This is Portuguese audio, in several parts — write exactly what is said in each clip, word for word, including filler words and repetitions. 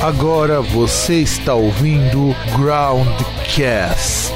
Agora você está ouvindo Groundcast.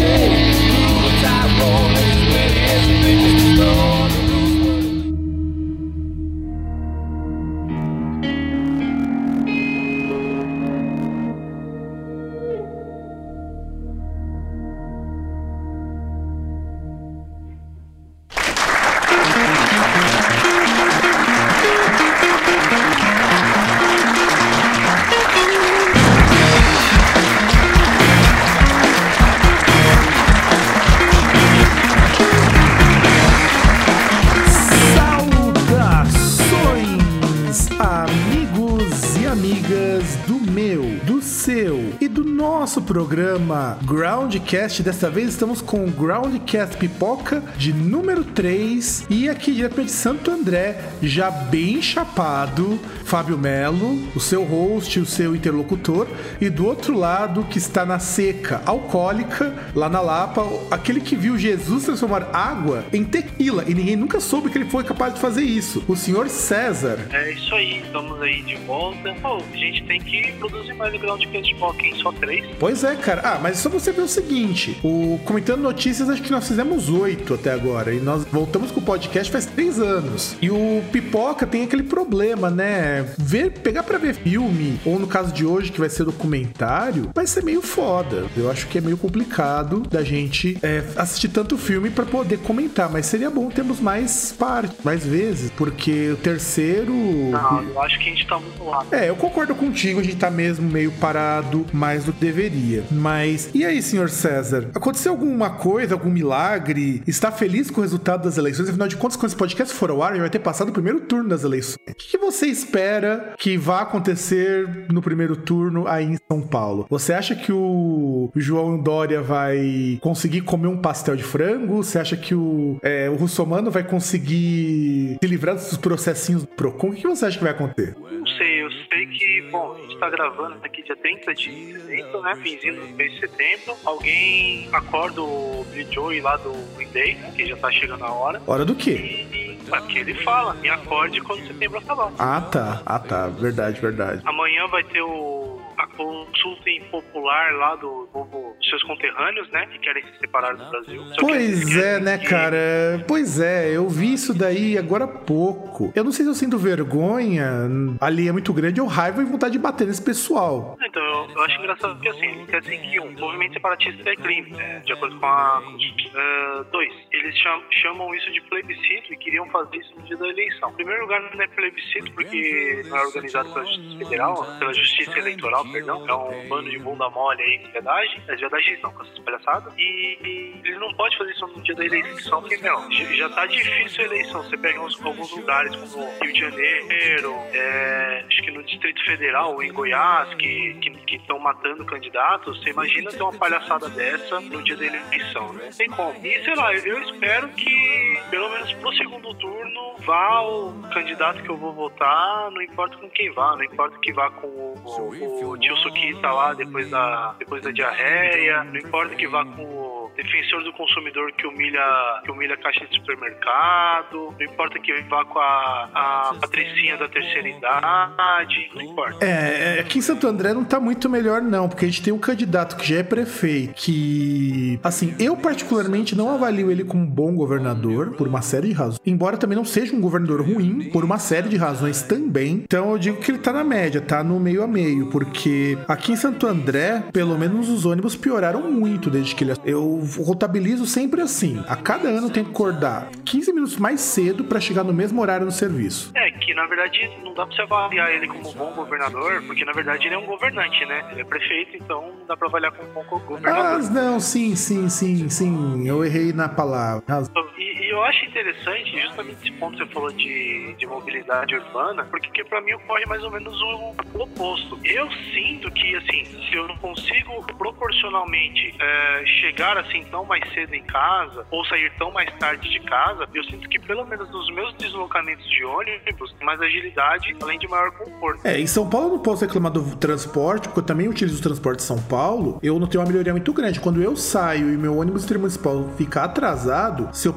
Programa Groundcast. Desta vez estamos com o Groundcast Pipoca de número três e aqui diretamente de Santo André, já bem chapado, Fábio Melo, o seu host, o seu interlocutor, e do outro lado que está na seca alcoólica, lá na Lapa, aquele que viu Jesus transformar água em tequila e ninguém nunca soube que ele foi capaz de fazer isso, o senhor César. É isso aí, estamos aí de volta. Pô, a gente tem que produzir mais o Groundcast Pipoca em só três. Pois é, cara. Ah, mas só você ver o seguinte, o Comentando Notícias, acho que nós fizemos oito até agora, e nós voltamos com o podcast faz três anos. E o Pipoca tem aquele problema, né? Ver, pegar pra ver filme, ou no caso de hoje, que vai ser documentário, vai ser meio foda. Eu acho que é meio complicado da gente é, assistir tanto filme pra poder comentar, mas seria bom termos mais partes, mais vezes, porque o terceiro... Não, eu acho que a gente tá muito lá. É, eu concordo contigo, a gente tá mesmo meio parado mais do que deveria. Mas, e aí, senhor César? Aconteceu alguma coisa, algum milagre? Está feliz com o resultado das eleições? Afinal de contas, quando esse podcast for ao ar, já vai ter passado o primeiro turno das eleições. O que você espera que vá acontecer no primeiro turno aí em São Paulo? Você acha que o João Dória vai conseguir comer um pastel de frango? Você acha que o, é, o Russomano vai conseguir se livrar dos processinhos do Procon? O que você acha que vai acontecer? Não sei, eu sei que, bom, a gente tá gravando aqui dia trinta de setembro, né? Finzinho do mês de setembro. Alguém acorda o Billy Joey lá do Green Day, né? Que já tá chegando a hora. Hora do quê? E aqui ele fala, me acorde quando setembro acabar. Ah, tá. Ah, tá. Verdade, verdade. Amanhã vai ter o... a consulta impopular lá do povo, dos seus conterrâneos, né? Que querem se separar do Brasil. Só pois é, né, que... cara? Pois é, eu vi isso daí agora há pouco. Eu não sei se eu sinto vergonha, ali é muito grande, ou raiva e vontade de bater nesse pessoal. Então, eu, eu acho engraçado que, assim, eles querem que um movimento separatista é crime, né? De acordo com a... Uh, dois, eles cham, chamam isso de plebiscito e queriam fazer isso no dia da eleição. Em primeiro lugar, não é plebiscito porque não é organizado pela Justiça Federal, pela Justiça Eleitoral, perdão. É um bando de bunda mole aí, de verdade. É de verdade, não, com essas palhaçadas. E, e eles não podem fazer isso no dia da eleição, porque, não, já tá difícil a eleição. Você pega uns, alguns lugares, como Rio de Janeiro, é, acho que no Distrito Federal, ou em Goiás, que estão matando candidatos. Você imagina ter uma palhaçada dessa no dia da eleição, né? Tem como. E, sei lá, eu espero que, pelo menos pro segundo turno, vá o candidato que eu vou votar, não importa com quem vá, não importa que vá com o, o, o tio Suquita lá depois da, depois da diarreia, não importa que vá com o defensor do consumidor que humilha, que humilha a caixa de supermercado, não importa que vá com a, a patricinha da terceira idade, não importa. É, aqui em Santo André não tá muito melhor não, porque a gente tem um candidato que já é prefeito, que, assim, eu particularmente não avalio ele como um bom governador, por uma série de razões, embora também não seja um governador ruim, por uma série de razões também. Então eu digo que ele tá na média, tá no meio a meio, porque aqui em Santo André, pelo menos os ônibus pioraram muito desde que ele... Eu contabilizo sempre assim, a cada ano eu tenho que acordar quinze minutos mais cedo pra chegar no mesmo horário no serviço. É, que na verdade não dá pra você avaliar ele como um bom governador, porque na verdade ele é um governante, né? Ele é prefeito, então não dá pra avaliar como um bom governador. Ah, não, sim, sim, sim, sim, eu errei na palavra. E, e eu acho interessante, justamente esse ponto que você falou de, de mobilidade urbana, porque pra mim ocorre mais ou menos o, o oposto. Eu sinto que, assim, se eu não consigo proporcionalmente é, chegar assim tão mais cedo em casa, ou sair tão mais tarde de casa, eu sinto que pelo menos nos meus deslocamentos de ônibus, tem mais agilidade, além de maior conforto. É, em São Paulo eu não posso reclamar do transporte, porque eu também utilizo o transporte de São Paulo, eu não tenho uma melhoria muito grande. Quando eu saio e meu ônibus intermunicipal fica atrasado, se eu pegar o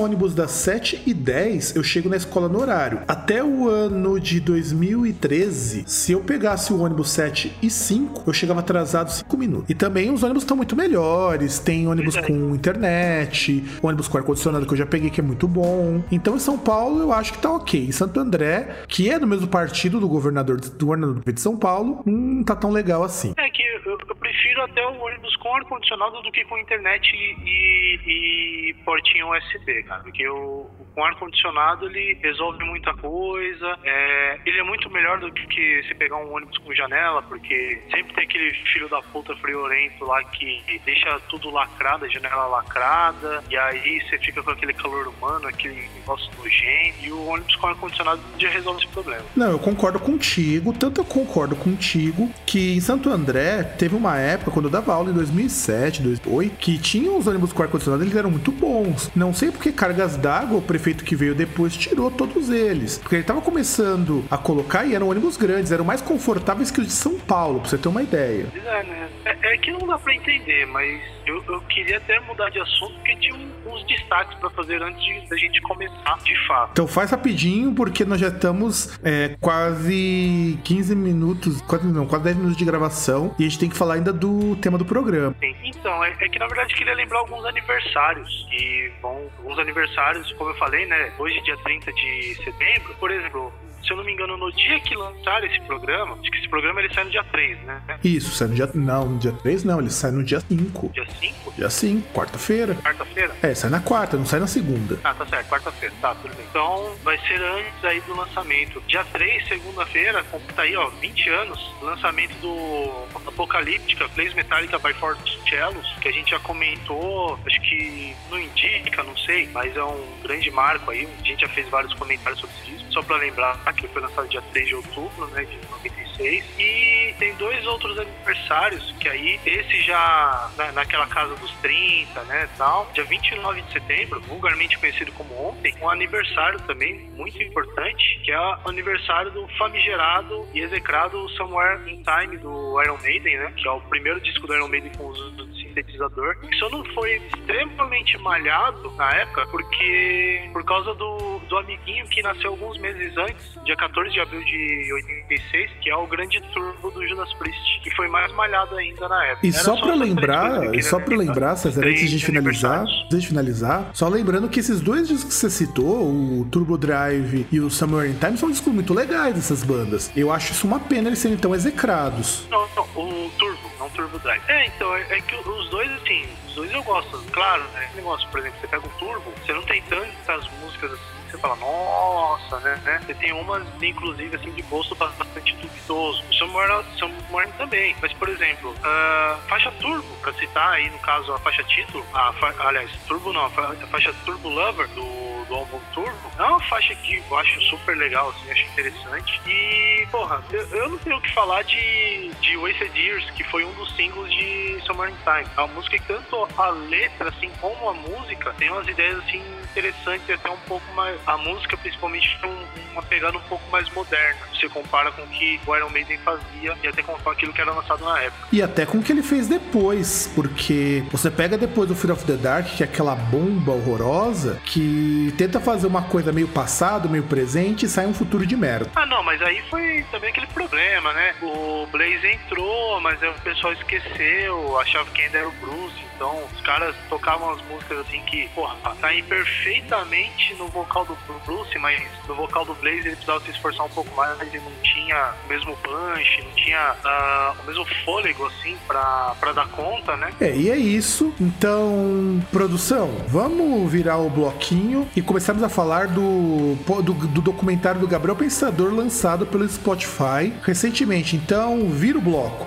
ônibus das sete e dez, eu chego na escola no horário. Até o ano de dois mil e treze, se eu pegasse o ônibus sete e cinco, eu chegava atrasado cinco minutos. E também os ônibus estão muito melhores, tem ônibus com internet, ônibus com ar-condicionado que eu já peguei, que é muito bom. Então em São Paulo eu acho que tá ok. Em Santo André, que é do mesmo partido do governador, do governador de São Paulo, não tá tão legal assim. É que eu, eu prefiro até o ônibus com ar-condicionado do que com internet e, e portinho U S B, cara. Porque o, com ar-condicionado ele resolve muita coisa, é, ele é muito melhor do que, que você pegar um ônibus com janela, porque sempre tem aquele filho da puta friorento lá que deixa tudo lacrado, a janela lacrada, e aí você fica com aquele calor humano, aquele negócio nojento, e o ônibus com ar-condicionado já resolve esse problema. Não, eu concordo contigo, tanto eu concordo contigo que em Santo André teve uma época, quando eu dava aula em dois mil e sete, dois mil e oito, que tinha os ônibus com ar-condicionado, eles eram muito bons. Não sei porque cargas d'água, o prefeito que veio depois tirou todos eles, porque ele tava começando a colocar e eram ônibus grandes, eram mais confortáveis que os de São Paulo, pra você ter uma ideia. É, né? É, é que não dá pra entender, mas eu, eu queria até mudar de assunto, porque tinha um, uns destaques pra fazer antes de, da gente começar, de fato. Então faz rapidinho, porque nós já estamos é, quase quinze minutos, quase, não, quase dez minutos de gravação, e a gente tem que falar ainda do tema do programa. Sim. Então, é, é que na verdade eu queria lembrar alguns aniversários, que vão, alguns aniversários, como eu falei, né, hoje dia trinta de setembro, por exemplo, se eu não me engano, no dia que lançaram esse programa, acho que esse programa ele sai no dia três, né? Isso, sai no dia... Não, no dia três não, ele sai no dia cinco. Dia cinco? Dia cinco, quarta-feira. Quarta-feira? É, sai na quarta, não sai na segunda. Ah, tá certo, quarta-feira, tá, tudo bem. Então, vai ser antes aí do lançamento. Dia três, segunda-feira, tá aí, ó, vinte anos, lançamento do Apocalíptica, Plays Metallica by Four Cellos, que a gente já comentou, acho que não indica, não sei, mas é um grande marco aí, a gente já fez vários comentários sobre isso, só pra lembrar que foi lançado dia três de outubro, né, de noventa e seis, e tem dois outros aniversários, que aí, esse já na, naquela casa dos trinta, né, tal, dia vinte e nove de setembro, vulgarmente conhecido como ontem, um aniversário também muito importante, que é o aniversário do famigerado e execrado Somewhere in Time do Iron Maiden, né, que é o primeiro disco do Iron Maiden com uso do sintetizador, que só não foi extremamente malhado na época, porque por causa do, do amiguinho que nasceu alguns meses antes, dia quatorze de abril de oitenta e seis, que é o grande turbo do Judas Priest, que foi mais malhado ainda na época. E Era só, só pra lembrar, e só pra lembrar, César, antes de finalizar, antes de finalizar, só lembrando que esses dois discos que você citou, o Turbo Drive e o Somewhere in Time, são discos muito legais dessas bandas. Eu acho isso uma pena eles serem tão execrados. Não, não, o Turbo, não o Turbo Drive. É, então, é, é que os dois, assim, os dois eu gosto, claro, né? Esse negócio, por exemplo, você pega o Turbo, você não tem tantas músicas assim, você fala, nossa, né, né? Você tem umas, inclusive, assim, de gosto bastante duvidoso. O Somewhere, Somewhere também. Mas, por exemplo, uh, faixa Turbo, pra citar aí, no caso, a faixa título, a fa... aliás, Turbo não, a faixa Turbo Lover do, do álbum Turbo, é uma faixa que eu acho super legal, assim, acho interessante. E, porra, eu, eu não tenho o que falar de, de Wasted Years, que foi um dos singles de Somewhere in Time. É uma música que tanto a letra, assim, como a música, tem umas ideias, assim, interessantes e até um pouco mais... A música, principalmente, tem uma pegada um pouco mais moderna. Você compara com o que o Iron Maiden fazia e até com aquilo que era lançado na época. E até com o que ele fez depois, porque você pega depois do Fear of the Dark, que é aquela bomba horrorosa, que tenta fazer uma coisa meio passado, meio presente, e sai um futuro de merda. Ah, não, mas aí foi também aquele problema, né? O Blaze entrou, mas aí o pessoal esqueceu, achava que ainda era o Bruce. Então, os caras tocavam as músicas assim que, porra, caem perfeitamente no vocal do Bruce, mas no vocal do Blaze ele precisava se esforçar um pouco mais, ele não tinha o mesmo punch, não tinha uh, o mesmo fôlego, assim, pra, pra dar conta, né? É, e é isso. Então, produção, vamos virar o bloquinho e começarmos a falar do, do, do documentário do Gabriel Pensador lançado pelo Spotify recentemente. Então, vira o bloco.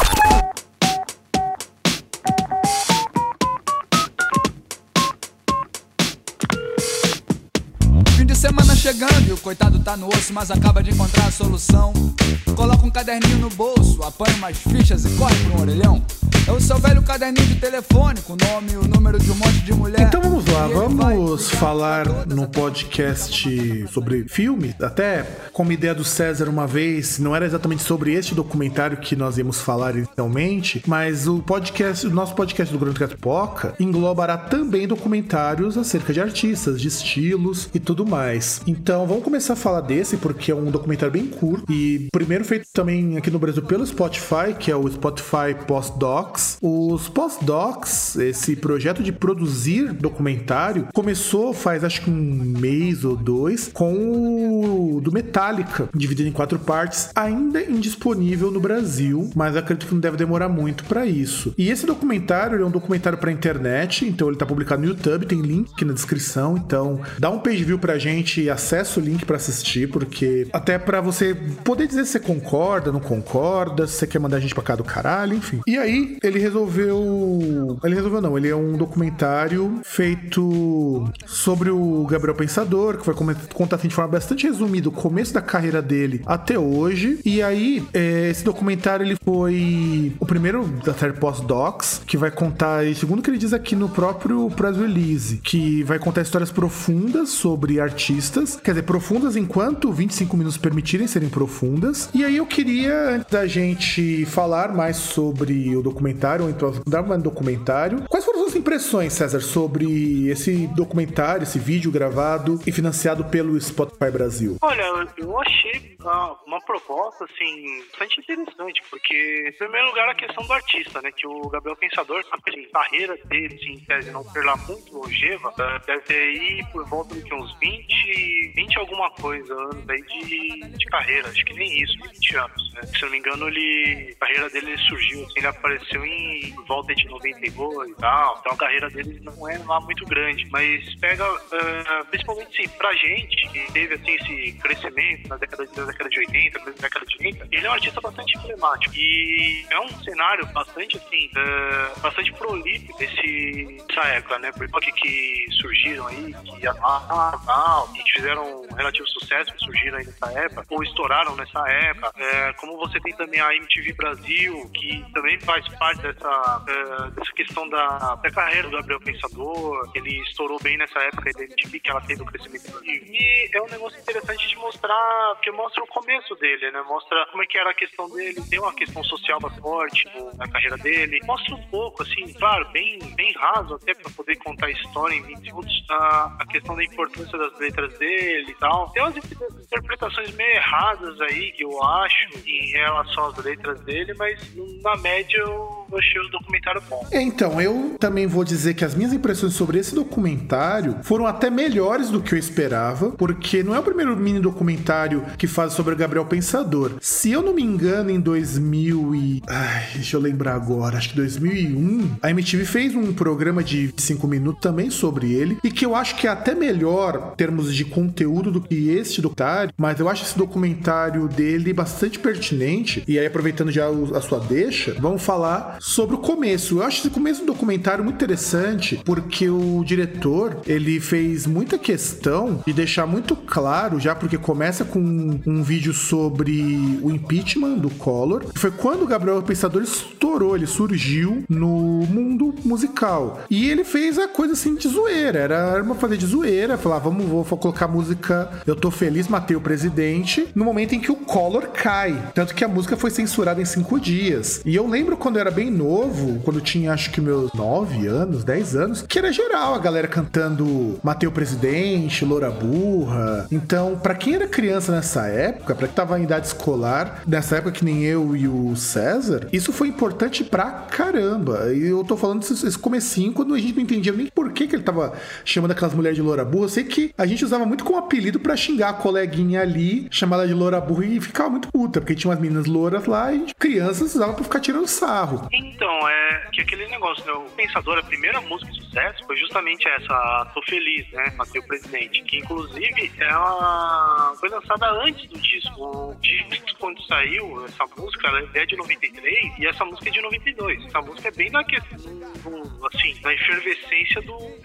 Semana chegando e o coitado tá no osso, mas acaba de encontrar a solução. Coloca um caderninho no bolso, apanha umas fichas e corre pra um orelhão. É o seu velho caderninho de telefone, com o nome e o número de um monte de mulher. Então vamos lá, vamos falar no podcast sobre filme, até como ideia do César uma vez, não era exatamente sobre este documentário que nós íamos falar inicialmente, mas o podcast, o nosso podcast do Grande Pipoca englobará também documentários acerca de artistas, de estilos e tudo mais. Então vamos começar a falar desse, porque é um documentário bem curto e primeiro feito também aqui no Brasil pelo Spotify, que é o Spotify Postdocs. Os Postdocs, esse projeto de produzir documentário, começou faz acho que um mês ou dois com o do Metallica, dividido em quatro partes, ainda indisponível no Brasil, mas acredito que não deve demorar muito para isso. E esse documentário é um documentário para internet, então ele tá publicado no YouTube, tem link aqui na descrição, então dá um page view pra gente e acessa o link para assistir, porque até para você poder dizer se você concorda, não concorda, se você quer mandar a gente pra cá do caralho, enfim. E aí ele resolveu... Ele resolveu não, ele é um documentário feito sobre o Gabriel Pensador, que vai contar assim, de forma bastante resumida o começo da carreira dele até hoje. E aí, é, esse documentário ele foi o primeiro da série Postdocs, que vai contar, segundo o que ele diz aqui no próprio press release, que vai contar histórias profundas sobre artistas, quer dizer, profundas enquanto vinte e cinco minutos permitirem serem profundas. E aí eu queria, antes da gente falar mais sobre o documentário, ou então dar um documentário, quais foram as suas impressões, César, sobre esse documentário, esse vídeo gravado e financiado pelo Spotify Brasil? Olha, eu achei uma, uma proposta, assim, bastante interessante, porque, em primeiro lugar, a questão do artista, né, que o Gabriel Pensador, assim, a carreira dele, assim, em tese não ser lá muito longeva, deve ter aí por volta de uns vinte, vinte alguma coisa anos aí de, de carreira, acho que nem isso, vinte anos, né? Se não me engano, ele, a carreira dele surgiu, assim, ele apareceu em por volta de noventa e dois e tal, então a carreira dele não é lá muito grande, mas pega, uh, principalmente, sim, pra gente, que teve, assim, esse crescimento na década de, na década de oitenta, na década de oitenta, ele é um artista bastante emblemático e é um cenário bastante, assim, uh, bastante prolífico desse, dessa época, né, porque que surgiram aí, que atuaram e que fizeram um relativo sucesso, que surgiram aí nessa época, ou estouraram nessa época, é, como você tem também a M T V Brasil, que também faz parte dessa, é, dessa questão da, da carreira do Gabriel Pensador, ele estourou bem nessa época da M T V, que ela teve o crescimento do Brasil. E é um negócio interessante de mostrar, porque mostra o começo dele, né, mostra como é que era a questão dele, tem uma questão social bastante forte na carreira dele, mostra um pouco, assim, claro, bem, bem raso até para poder contar a história em vinte segundos, a, a questão da importância das letras dele e tal. Tem umas interpretações meio erradas aí, que eu acho, em relação às letras dele, mas na média eu achei o documentário bom. É, então, eu também vou dizer que as minhas impressões sobre esse documentário foram até melhores do que eu esperava, porque não é o primeiro mini documentário que faz sobre o Gabriel Pensador. Se eu não me engano, em dois mil e... Ai, deixa eu lembrar agora, acho que dois mil e um, a M T V fez um programa de cinco minutos também sobre ele, e que eu acho que é até melhor em termos de conteúdo do que este documentário, mas eu acho esse documentário dele bastante pertinente, e aí aproveitando já a sua deixa, vamos falar sobre o começo. Eu acho esse começo do documentário muito interessante, porque o diretor, ele fez muita questão de deixar muito claro, já porque começa com um, um vídeo sobre o impeachment do Collor, que foi quando o Gabriel Pensador estourou, ele surgiu no mundo musical. E ele fez a coisa assim de zoeira, era uma fazer de zoeira, falar, vamos, vou, vou colocar a música Eu Tô Feliz, Matei o Presidente, no momento em que o Collor cai. Tanto que a música foi censurada em cinco dias. E eu lembro quando eu era bem novo, quando eu tinha acho que meus nove anos, dez anos, que era geral a galera cantando Matei o Presidente, Loura Burra. Então, pra quem era criança nessa época, pra quem tava em idade escolar, nessa época que nem eu e o César, isso foi importante pra caramba. E eu tô falando esse comecinho, quando a gente não entendia nem por que que ele tava chamando aquelas mulheres de Loura Burra. Eu sei que a gente usava muito como apelido pra xingar a coleguinha ali, chamar ela de Loura Burra e ficava muito puta, porque tinha umas meninas louras lá e crianças usavam pra ficar tirando sarro. Então, é que aquele negócio, né? O Pensador, a primeira música de sucesso foi justamente essa, Tô Feliz, né? Matei o Presidente, que inclusive ela foi lançada antes do disco. O disco, quando saiu, essa música, ela é de noventa e três e essa música é de noventa e dois. Essa música é bem na questão, assim, na efervescência do impeachment.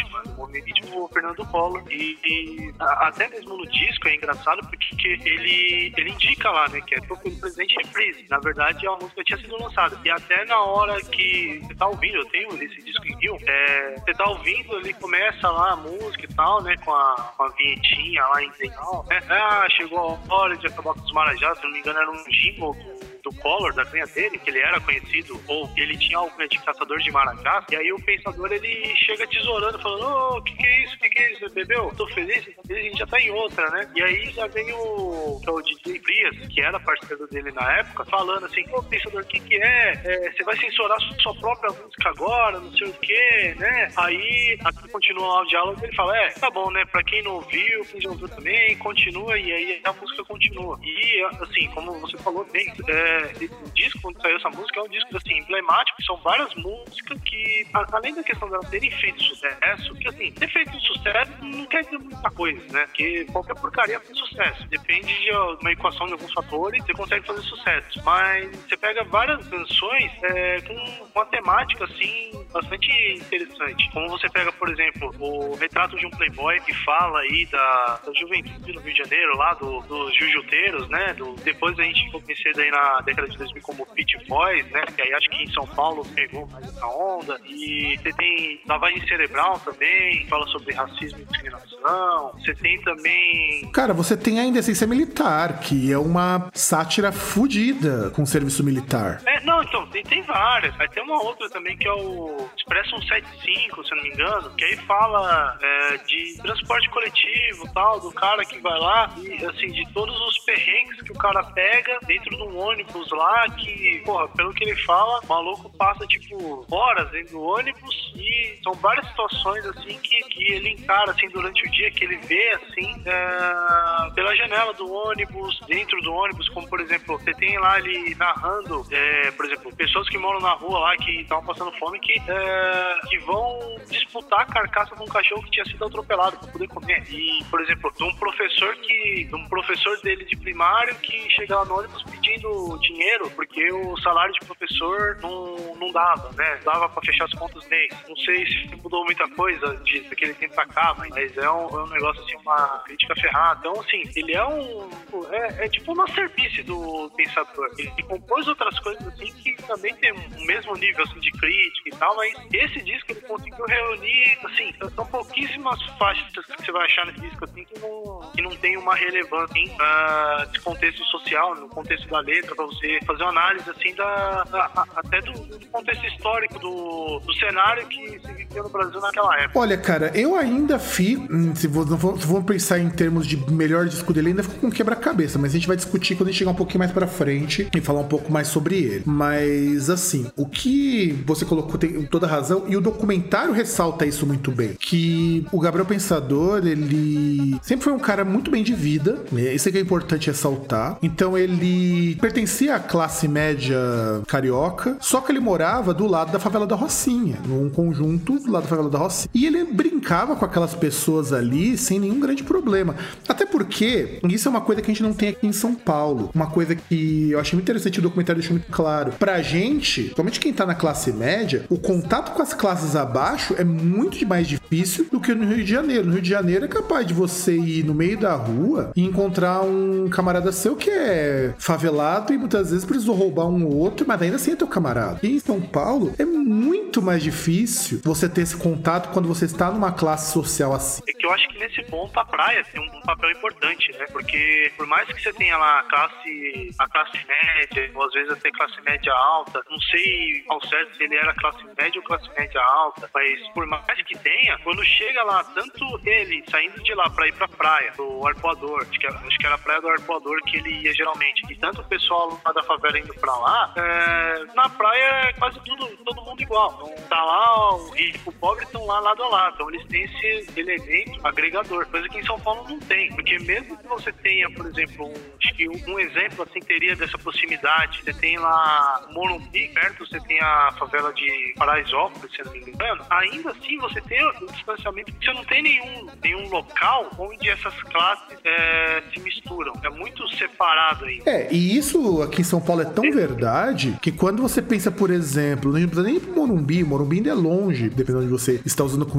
mano. O movimento Fernando Collor. E, e a, até mesmo no disco é engraçado porque ele, ele indica lá, né, que é Tô pelo Presidente Reprise. Na verdade, a música tinha sido lançada. E até na hora que você tá ouvindo, eu tenho esse disco em Rio, é, você tá ouvindo, ele começa lá a música e tal, né, com a, com a vinhetinha lá em final, né? Ah, chegou a hora de acabar com os Marajás, se não me engano, era um jingle do do Collor, da cunha dele, que ele era conhecido, ou ele tinha alcunha de caçador de maracás, e aí o pensador, ele chega tesourando, falando, ô, oh, que que é isso, que que é isso, bebeu? Tô feliz, a gente já tá em outra, né? E aí já vem o, que é o D J Frias, que era parceiro dele na época, falando assim, ô, pensador, o que que é? é? Você vai censurar sua própria música agora, não sei o que, né? Aí, aqui continua lá o diálogo, ele fala, é, tá bom, né? Pra quem não ouviu, quem já ouviu também, continua, e aí a música continua. E, assim, como você falou bem, é, o disco, quando saiu essa música, é um disco assim, emblemático, são várias músicas que, além da questão delas terem feito sucesso, que assim, ter feito sucesso não quer dizer muita coisa, né? Porque qualquer porcaria faz sucesso. Depende de uma equação de alguns fatores, você consegue fazer sucesso. Mas você pega várias canções é, com uma temática assim, bastante interessante. Como você pega, por exemplo, o Retrato de um Playboy, que fala aí da, da juventude no Rio de Janeiro, lá do, dos jujuteiros, né? Do, depois a gente ficou conhecido aí na década de dois mil como Beach Boys, né? Que aí acho que em São Paulo pegou mais essa onda. E você tem Lavagem Cerebral também, fala sobre racismo e discriminação. Você tem também... Cara, você tem a Indecência Militar, que é uma sátira fodida com o serviço militar. É, não, então, tem, tem várias. Aí tem uma outra também que é o Expresso cento e setenta e cinco, se eu não me engano, que aí fala é, de transporte coletivo, tal, do cara que vai lá e, assim, de todos os perrengues que o cara pega dentro de um ônibus lá, que, porra, pelo que ele fala, o maluco passa, tipo, horas dentro do ônibus e são várias situações, assim, que, que ele encara, assim, durante o dia, que ele vê, assim, é, pela janela do ônibus, dentro do ônibus, como, por exemplo, você tem lá ele narrando, é, por exemplo, pessoas que moram na rua lá, que estavam passando fome, que, é, que vão disputar a carcaça de um cachorro que tinha sido atropelado para poder comer. E, por exemplo, de um professor que, de um professor dele de primário que chega lá no ônibus pedindo dinheiro, porque o salário de professor não, não dava, né? Dava pra fechar as contas do mês. Não sei se mudou muita coisa de, daquele tempo pra cá, mas é um, é um negócio, assim, uma crítica ferrada. Então, assim, ele é um... É, é tipo uma serviço do pensador. Ele compôs outras coisas, assim, que também tem o mesmo nível, assim, de crítica e tal, mas esse disco ele conseguiu reunir, assim, são pouquíssimas faixas que você vai achar nesse disco, assim, que não, que não tem uma relevância, assim, uh, de contexto social, no contexto da letra, pra você fazer uma análise, assim, da, da até do, do contexto histórico do, do cenário que se vivia no Brasil naquela época. Olha, cara, eu ainda fico, se vamos pensar em termos de melhor disco dele, ainda fico com quebra-cabeça, mas a gente vai discutir quando a gente chegar um pouquinho mais pra frente e falar um pouco mais sobre ele. Mas, assim, o que você colocou tem toda razão, e o documentário ressalta isso muito bem, que o Gabriel Pensador, ele sempre foi um cara muito bem de vida, né? Isso é que é importante ressaltar. Então ele pertencia à classe média carioca, só que ele morava do lado da favela da Rocinha, num conjunto do lado da favela da Rocinha. E ele brincava com aquelas pessoas ali sem nenhum grande problema. Até porque isso é uma coisa que a gente não tem aqui em São Paulo. Uma coisa que eu achei muito interessante, o documentário deixou muito claro. Pra gente, principalmente quem tá na classe média, o contato com as classes abaixo é muito mais difícil do que no Rio de Janeiro. No Rio de Janeiro é capaz de você ir no meio da rua e encontrar um camarada seu que é favelado e muitas vezes precisou roubar um ou outro, mas ainda assim é teu camarada. E em São Paulo é muito mais difícil você ter esse contato quando você está numa classe social assim. É que eu acho que nesse ponto a praia tem um papel importante, né? Porque por mais que você tenha lá a classe, a classe média, ou às vezes até classe média alta, não sei ao certo se ele era classe média ou classe média alta, mas por mais que tenha, quando chega lá, tanto ele saindo de lá pra ir pra praia, do Arpoador, acho que, acho que era a praia do Arpoador que ele ia geralmente, e tanto o pessoal lá da favela indo pra lá, é, na praia é quase tudo, todo mundo igual. Então, tá lá, o rico e o pobre estão lá lado a lado, então eles têm esse elemento agregador, coisa que em São Paulo não tem, porque mesmo que você tenha, por exemplo, um, acho que um exemplo assim teria dessa proximidade, você tem lá o Morumbi, perto você tem a favela de Paraisópolis, se não me engano, ainda assim você tem um distanciamento, você não tem nenhum, nenhum local onde essas classes é, se misturam, é muito separado ainda. É, e isso aqui em São Paulo é tão é. verdade que quando você pensa, por exemplo, não precisa nem ir pro Morumbi, Morumbi ainda é longe, dependendo de você está usando como referência,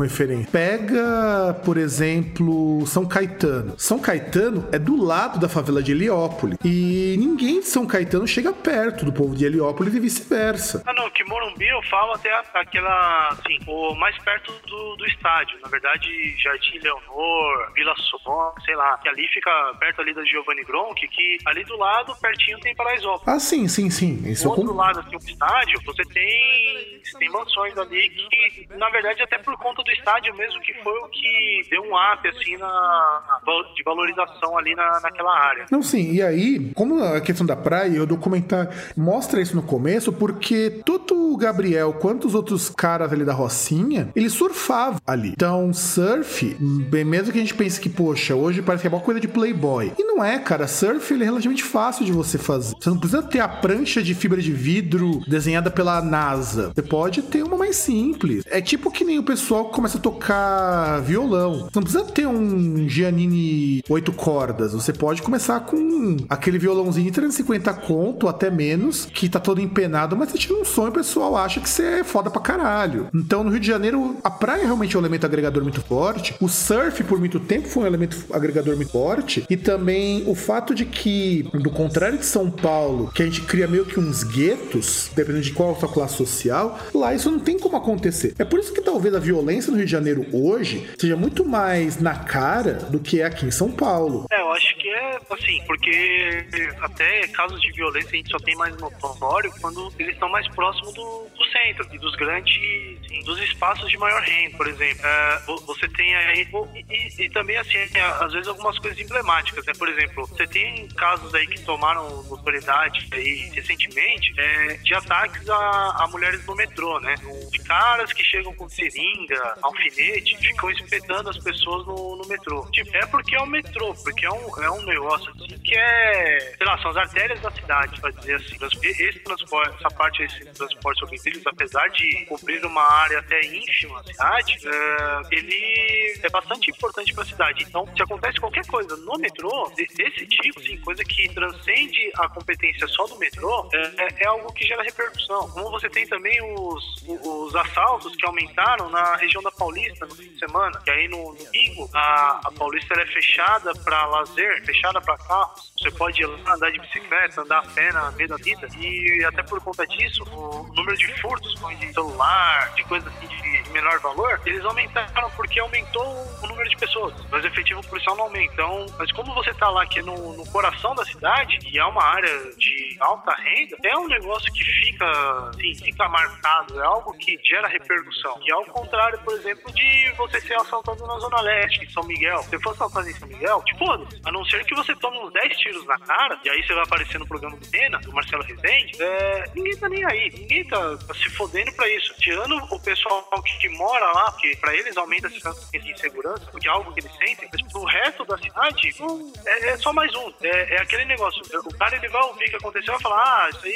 pega, por exemplo, São Caetano. São Caetano é do lado da favela de Heliópolis. E ninguém de São Caetano chega perto do povo de Heliópolis e vice-versa. Ah, não, que Morumbi eu falo até aquela, assim, o mais perto do, do estádio. Na verdade, Jardim Leonor, Vila Sônia, sei lá, que ali fica perto ali da Giovanni Gronchi, que ali do lado, pertinho, tem Paraisópolis. Ah, sim, sim, sim. Isso do outro com... lado, assim, o estádio, você tem, você tem mansões ali que, na verdade, até por conta do estádio mesmo, que foi o que deu um up, assim, na, de valorização ali na, naquela área. Não, sim, e aí, como a questão da praia, o documentário mostra isso no começo, porque tanto o Gabriel quanto os outros caras ali da Rocinha, eles surfavam ali. Então, surf, bem mesmo que a gente pense que, poxa, hoje parece que é uma coisa de playboy. E não é, cara. Surf, ele é relativamente fácil de você fazer. Você não precisa ter a prancha de fibra de vidro desenhada pela NASA. Você pode ter uma mais simples. É tipo que nem o pessoal que começa a tocar violão. Você não precisa ter um Giannini oito cordas. Você pode começar com aquele violãozinho de trezentos e cinquenta conto, até menos, que tá todo empenado, mas você tira um som e o pessoal acha que você é foda pra caralho. Então, no Rio de Janeiro, a praia realmente é um elemento agregador muito forte. O surf, por muito tempo, foi um elemento agregador muito forte. E também o fato de que, do contrário de São Paulo, que a gente cria meio que uns guetos, dependendo de qual a sua classe social, lá isso não tem como acontecer. É por isso que talvez a violência no Rio de Janeiro hoje seja muito mais na cara do que é aqui em São Paulo. É, eu acho que é assim, porque até casos de violência a gente só tem mais notório quando eles estão mais próximos do, do centro e dos grandes, sim, dos espaços de maior renda, por exemplo. É, você tem aí, e, e, e também assim, às vezes algumas coisas emblemáticas, né? Por exemplo, você tem casos aí que tomaram notoriedade aí recentemente, é, de ataques a, a mulheres no metrô, né? De caras que chegam com seringa, alfinete, ficam espetando as pessoas no, no metrô. Tipo, é porque é o metrô, porque é um, é um negócio assim que é, sei lá, são as artérias da cidade, pra dizer assim. Esse transporte, essa parte desse transporte sobre trilhos, apesar de cobrir uma área até ínfima da cidade, é, ele é bastante importante pra cidade. Então, se acontece qualquer coisa no metrô, desse tipo, assim, coisa que transcende a competência só do metrô, é, é algo que gera repercussão. Como você tem também os, os assaltos que aumentaram na região da Paulista no fim de semana, que aí no, no Rio, a, a Paulista ela é fechada para lazer, fechada para carros. Você pode ir lá andar de bicicleta, andar a pé na meio da vida, e até por conta disso, o número de furtos de celular, de coisas assim de menor valor, eles aumentaram porque aumentou o número de pessoas, mas o efetivo policial não aumenta. Então, mas como você tá lá aqui no, no coração da cidade, e é uma área de alta renda, é um negócio que fica, assim, fica marcado, é algo que gera repercussão. E ao contrário, por exemplo, de você ser assaltado na Zona Leste, em São Miguel. Se você for assaltado em São Miguel, tipo, a não ser que você tome uns dez tiros na cara, e aí você vai aparecer no programa do Pena, do Marcelo Rezende, é, ninguém tá nem aí, ninguém tá, tá se fodendo pra isso. Tirando o pessoal que, que mora lá, porque pra eles aumenta a sensação de insegurança, porque é algo que eles sentem, mas pro resto da cidade, hum, é, é só mais um. É, é aquele negócio, o cara ele vai ouvir o que aconteceu e vai falar, ah, isso aí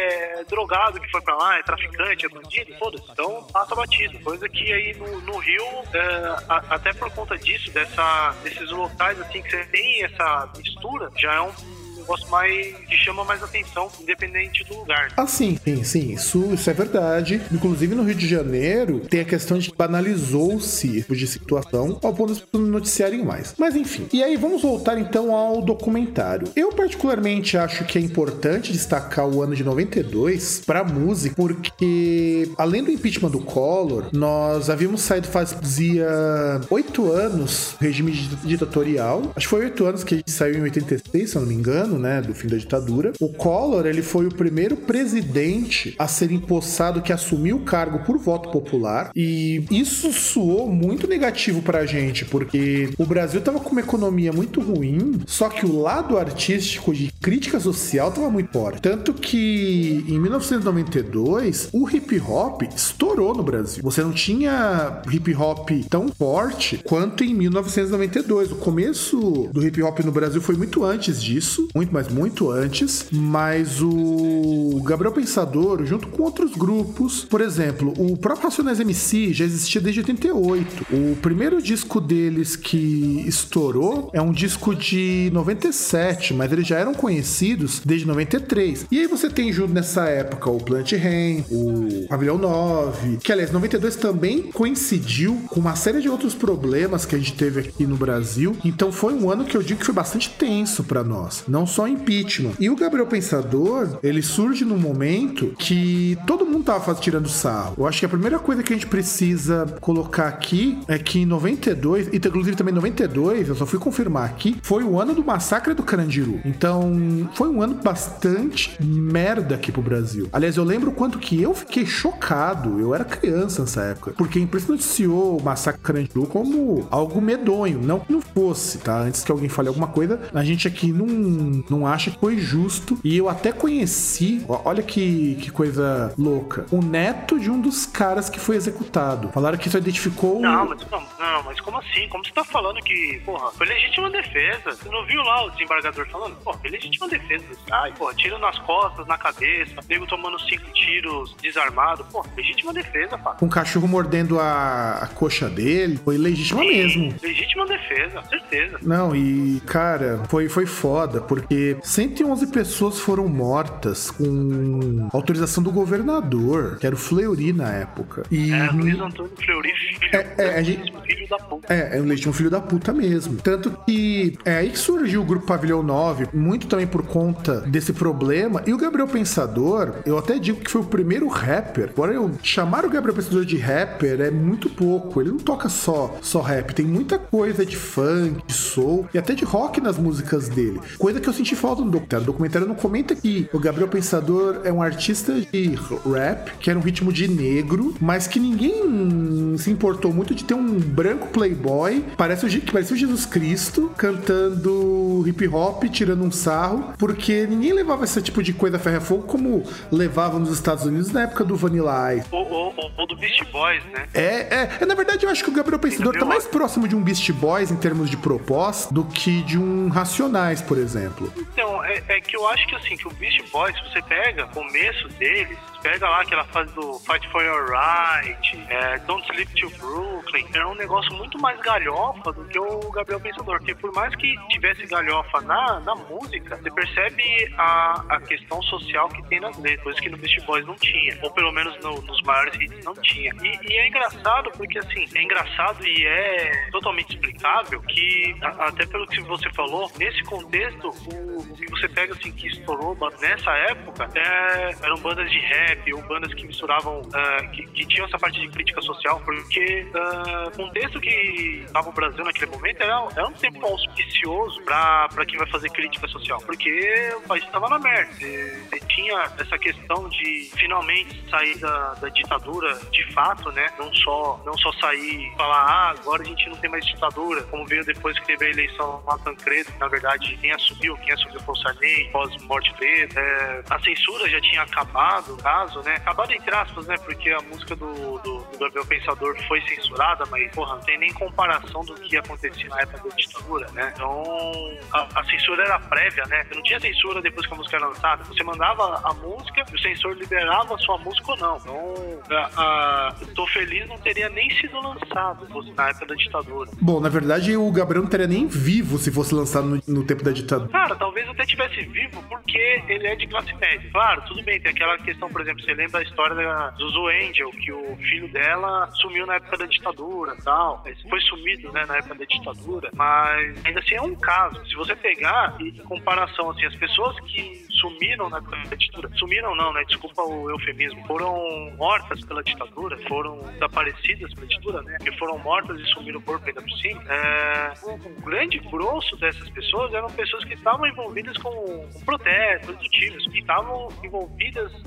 é drogado que foi pra lá, é traficante, é bandido, foda-se. Então passa batido, coisa que aí no, no Rio, é, a, até por conta disso, dessa, desses locais assim que você tem essa mistura, já é um negócio mais que chama mais atenção, independente do lugar. Ah, sim, sim, sim. Isso, isso é verdade. Inclusive no Rio de Janeiro tem a questão de que banalizou-se esse tipo de situação ao ponto de as pessoas não noticiarem mais. Mas enfim. E aí vamos voltar então ao documentário. Eu particularmente acho que é importante destacar o ano de noventa e dois pra música, porque além do impeachment do Collor, nós havíamos saído fazia oito anos do regime ditatorial. Acho que foi oito anos que a gente saiu em oitenta e seis, se eu não me engano, né, do fim da ditadura. O Collor, ele foi o primeiro presidente a ser empossado que assumiu o cargo por voto popular, e isso soou muito negativo pra gente, porque o Brasil tava com uma economia muito ruim, só que o lado artístico de crítica social tava muito forte. Tanto que em mil novecentos e noventa e dois, o hip hop estourou no Brasil. Você não tinha hip hop tão forte quanto em mil novecentos e noventa e dois. O começo do hip hop no Brasil foi muito antes disso, muito muito, mas muito antes. Mas o Gabriel Pensador, junto com outros grupos, por exemplo, o próprio Racionais M C já existia desde oitenta e oito. O primeiro disco deles que estourou é um disco de noventa e sete, mas eles já eram conhecidos desde noventa e três. E aí você tem junto nessa época o Planet Ramp, o Pavilhão nove, que aliás, noventa e dois também coincidiu com uma série de outros problemas que a gente teve aqui no Brasil. Então foi um ano que eu digo que foi bastante tenso pra nós, não só impeachment. E o Gabriel Pensador, ele surge num momento que todo mundo tava tirando sarro. Eu acho que a primeira coisa que a gente precisa colocar aqui é que em noventa e dois, e inclusive também em noventa e dois, eu só fui confirmar aqui, foi o ano do massacre do Carandiru. Então foi um ano bastante merda aqui pro Brasil. Aliás, eu lembro o quanto que eu fiquei chocado, eu era criança nessa época, porque a imprensa noticiou o massacre do Carandiru como algo medonho, não que não fosse, tá? Antes que alguém fale alguma coisa, a gente aqui não, não acha que foi justo, e eu até conheci, ó, olha que, que coisa louca, o neto de um dos caras que foi executado. Falaram que isso identificou... Não, mas, não, não, mas como assim? Como você tá falando que, porra, foi legítima defesa? Você não viu lá o desembargador falando? Pô, foi legítima defesa. Ai, pô, tiro nas costas, na cabeça, nego tomando cinco tiros desarmado. Pô, legítima defesa, pá. Com o cachorro mordendo a, a coxa dele, foi legítima Sim, mesmo. Legítima defesa, certeza. Não, e, cara, foi, foi foda, porque cento e onze pessoas foram mortas com autorização do governador, que era o Fleury na época. E... É, Luiz Antônio Fleury, filho, é, é, a gente... filho da puta. É, é um legítimo filho da puta mesmo. Tanto que é aí que surgiu o grupo Pavilhão nove, muito também por conta desse problema. E o Gabriel Pensador, eu até digo que foi o primeiro rapper. Agora, eu chamar o Gabriel Pensador de rapper é muito pouco. Ele não toca só, só rap, tem muita coisa de funk, de soul e até de rock nas músicas dele. Coisa que eu senti falta no documentário. O documentário não comenta que o Gabriel Pensador é um artista de rap, que era um ritmo de negro, mas que ninguém se importou muito de ter um branco playboy, parece o, que parecia o Jesus Cristo, cantando hip hop, tirando um sarro, porque ninguém levava esse tipo de coisa a ferro e fogo como levava nos Estados Unidos na época do Vanilla Ice. Ou, ou, ou do Beast Boys, né? É, é, é, na verdade eu acho que o Gabriel Pensador tá mais próximo de um Beast Boys em termos de proposta do que de um Racionais, por exemplo. Então, é, é que eu acho que assim, que o Beast Boys, se você pega o começo deles, pega lá aquela fase do Fight for Your Right, é, Don't Sleep Till Brooklyn, era um negócio muito mais galhofa do que o Gabriel Pensador, porque por mais que tivesse galhofa na, na música, você percebe a, a questão social que tem nas letras, coisa que no Beast Boys não tinha, ou pelo menos no, nos maiores hits não tinha. E, e é engraçado porque assim, é engraçado e é totalmente explicável que, a, até pelo que você falou, nesse contexto, o, o que você pega assim, que estourou nessa época, é, eram bandas de rap ou bandas que misturavam, uh, que, que tinham essa parte de crítica social, porque uh, o contexto que estava o Brasil naquele momento era, era um tempo auspicioso para quem vai fazer crítica social, porque o país estava na merda. Você, você tinha essa questão de finalmente sair da, da ditadura de fato, né? Não só, não só sair e falar, ah, agora a gente não tem mais ditadura, como veio depois que teve a eleição lá Tancredo, na verdade quem assumiu, quem assumiu foi o Sarney, pós-morte dele. É, a censura já tinha acabado, no caso, né? Acabado entre aspas, né? Porque a música do, do, do Gabriel Pensador foi censurada, mas, porra, não tem nem comparação do que acontecia na época da ditadura, né? Então, a, a censura era prévia, né? Não tinha censura depois que a música era lançada. Você mandava a música e o censor liberava a sua música ou não. Então, a, a, Tô Feliz não teria nem sido lançado se fosse na época da ditadura. Bom, na verdade, o Gabriel não teria nem vivo se fosse lançado no, no tempo da ditadura. Cara, talvez até tivesse vivo porque ele é de classe média. Claro, tudo bem, tem aquela questão, por exemplo, você lembra a história da Zuzu Angel, que o filho dela sumiu na época da ditadura e tal. Foi sumido, né, na época da ditadura, mas ainda assim é um caso. Se você pegar, em comparação, assim, as pessoas que sumiram na época da ditadura, sumiram não, né, desculpa o eufemismo, foram mortas pela ditadura, foram desaparecidas pela ditadura, né, que foram mortas e sumiram o corpo ainda por cima. É, o, o grande grosso dessas pessoas eram pessoas que estavam envolvidas com, com protestos do tipo, que estavam envolvidas diretamente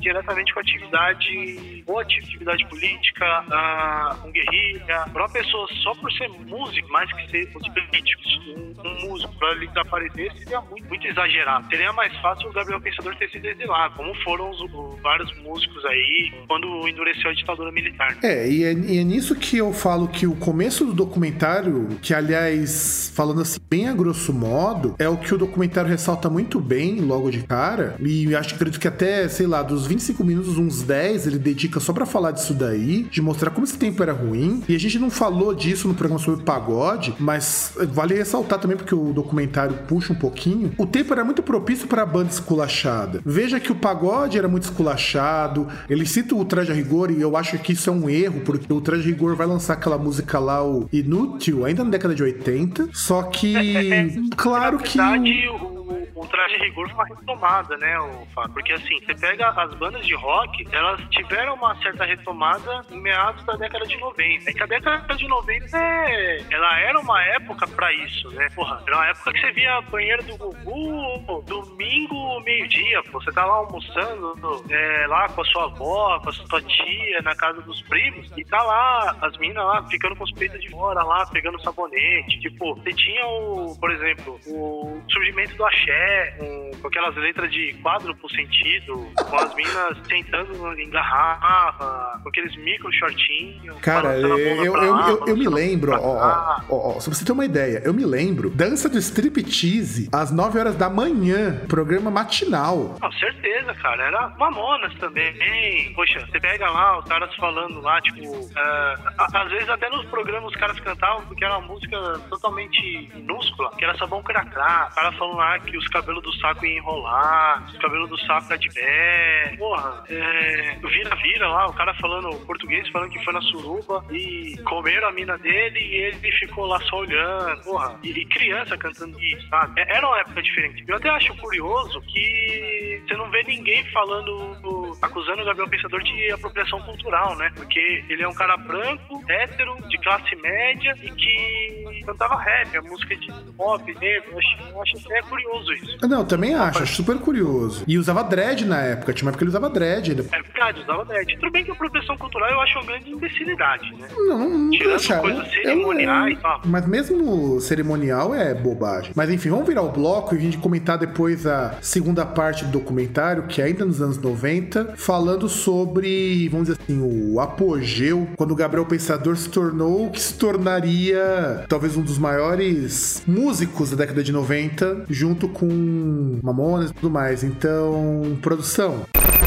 praticou atividade, ou atividade política, uh, um guerrilha, pra uma pessoa só por ser músico, mais que ser os políticos, um, um músico, pra ele desaparecer, seria muito, muito exagerado. Seria mais fácil o Gabriel Pensador ter sido exilado, como foram os, os vários músicos aí, quando endureceu a ditadura militar. É, e é, e é nisso que eu falo que o começo do documentário, que aliás, falando assim, bem a grosso modo, é o que o documentário ressalta muito bem logo de cara, e acho que acredito que até, sei lá, dos vinte e cinco minutos, uns dez, ele dedica só pra falar disso daí, de mostrar como esse tempo era ruim, e a gente não falou disso no programa sobre pagode, mas vale ressaltar também, porque o documentário puxa um pouquinho, o tempo era muito propício pra banda esculachada. Veja que o pagode era muito esculachado, ele cita o Traje a Rigor, e eu acho que isso é um erro, porque o Traje a Rigor vai lançar aquela música lá, o Inútil, ainda na década de oitenta, só que, é, é, claro que... O... O Traje a Rigor foi uma retomada, né, o Fábio? Porque assim, você pega as bandas de rock, elas tiveram uma certa retomada em meados da década de noventa. É que a década de noventa, é... ela era uma época pra isso, né? Porra, era uma época que você via a banheira do Gugu domingo, meio-dia, pô. Você tá lá almoçando, é, lá com a sua avó, com a sua tia, na casa dos primos, e tá lá, as minas lá, ficando com os peitos de fora lá, pegando sabonete. Tipo, você tinha o, por exemplo, o surgimento do axé, Com, com aquelas letras de quádruplo sentido, com as minas sentando em garrafa, com aqueles micro shortinhos. Cara, eu, eu, lá, eu, eu me lembro, ó, ó, ó, ó, só pra você ter uma ideia, eu me lembro, dança do striptease às nove horas da manhã, programa matinal. Com certeza, cara, era Mamonas também. Poxa, você pega lá os caras falando lá, tipo, uh, às vezes até nos programas os caras cantavam porque era uma música totalmente minúscula, que era Sabão Cracrá, o cara falando lá que os cabelos do saco iam enrolar, os cabelos do saco é de pé, porra, é, vira-vira lá, o cara falando português, falando que foi na suruba e comeram a mina dele e ele ficou lá só olhando, porra, e, e criança cantando isso, sabe? Era uma época diferente. Eu até acho curioso que você não vê ninguém falando, acusando o Gabriel Pensador de apropriação cultural, né? Porque ele é um cara branco, hétero, de classe média e que cantava rap, a música de pop, negro. Eu acho, eu acho até curioso isso. Não, também acho, acho super curioso. E usava dread na época, tinha uma época que ele usava dread. Né? É verdade, usava dread. Tudo bem que a apropriação cultural eu acho uma grande imbecilidade, né? Não, não Tirando deixa, coisas é, cerimoniais é, e tal. Mas mesmo cerimonial é bobagem. Mas enfim, vamos virar o bloco e a gente comentar depois a segunda parte do documentário, que é ainda nos anos noventa, falando sobre, vamos dizer assim, o apogeu, quando o Gabriel Pensador se tornou o que se tornaria talvez um dos maiores músicos da década de noventa, junto com Mamonas e tudo mais. Então, produção.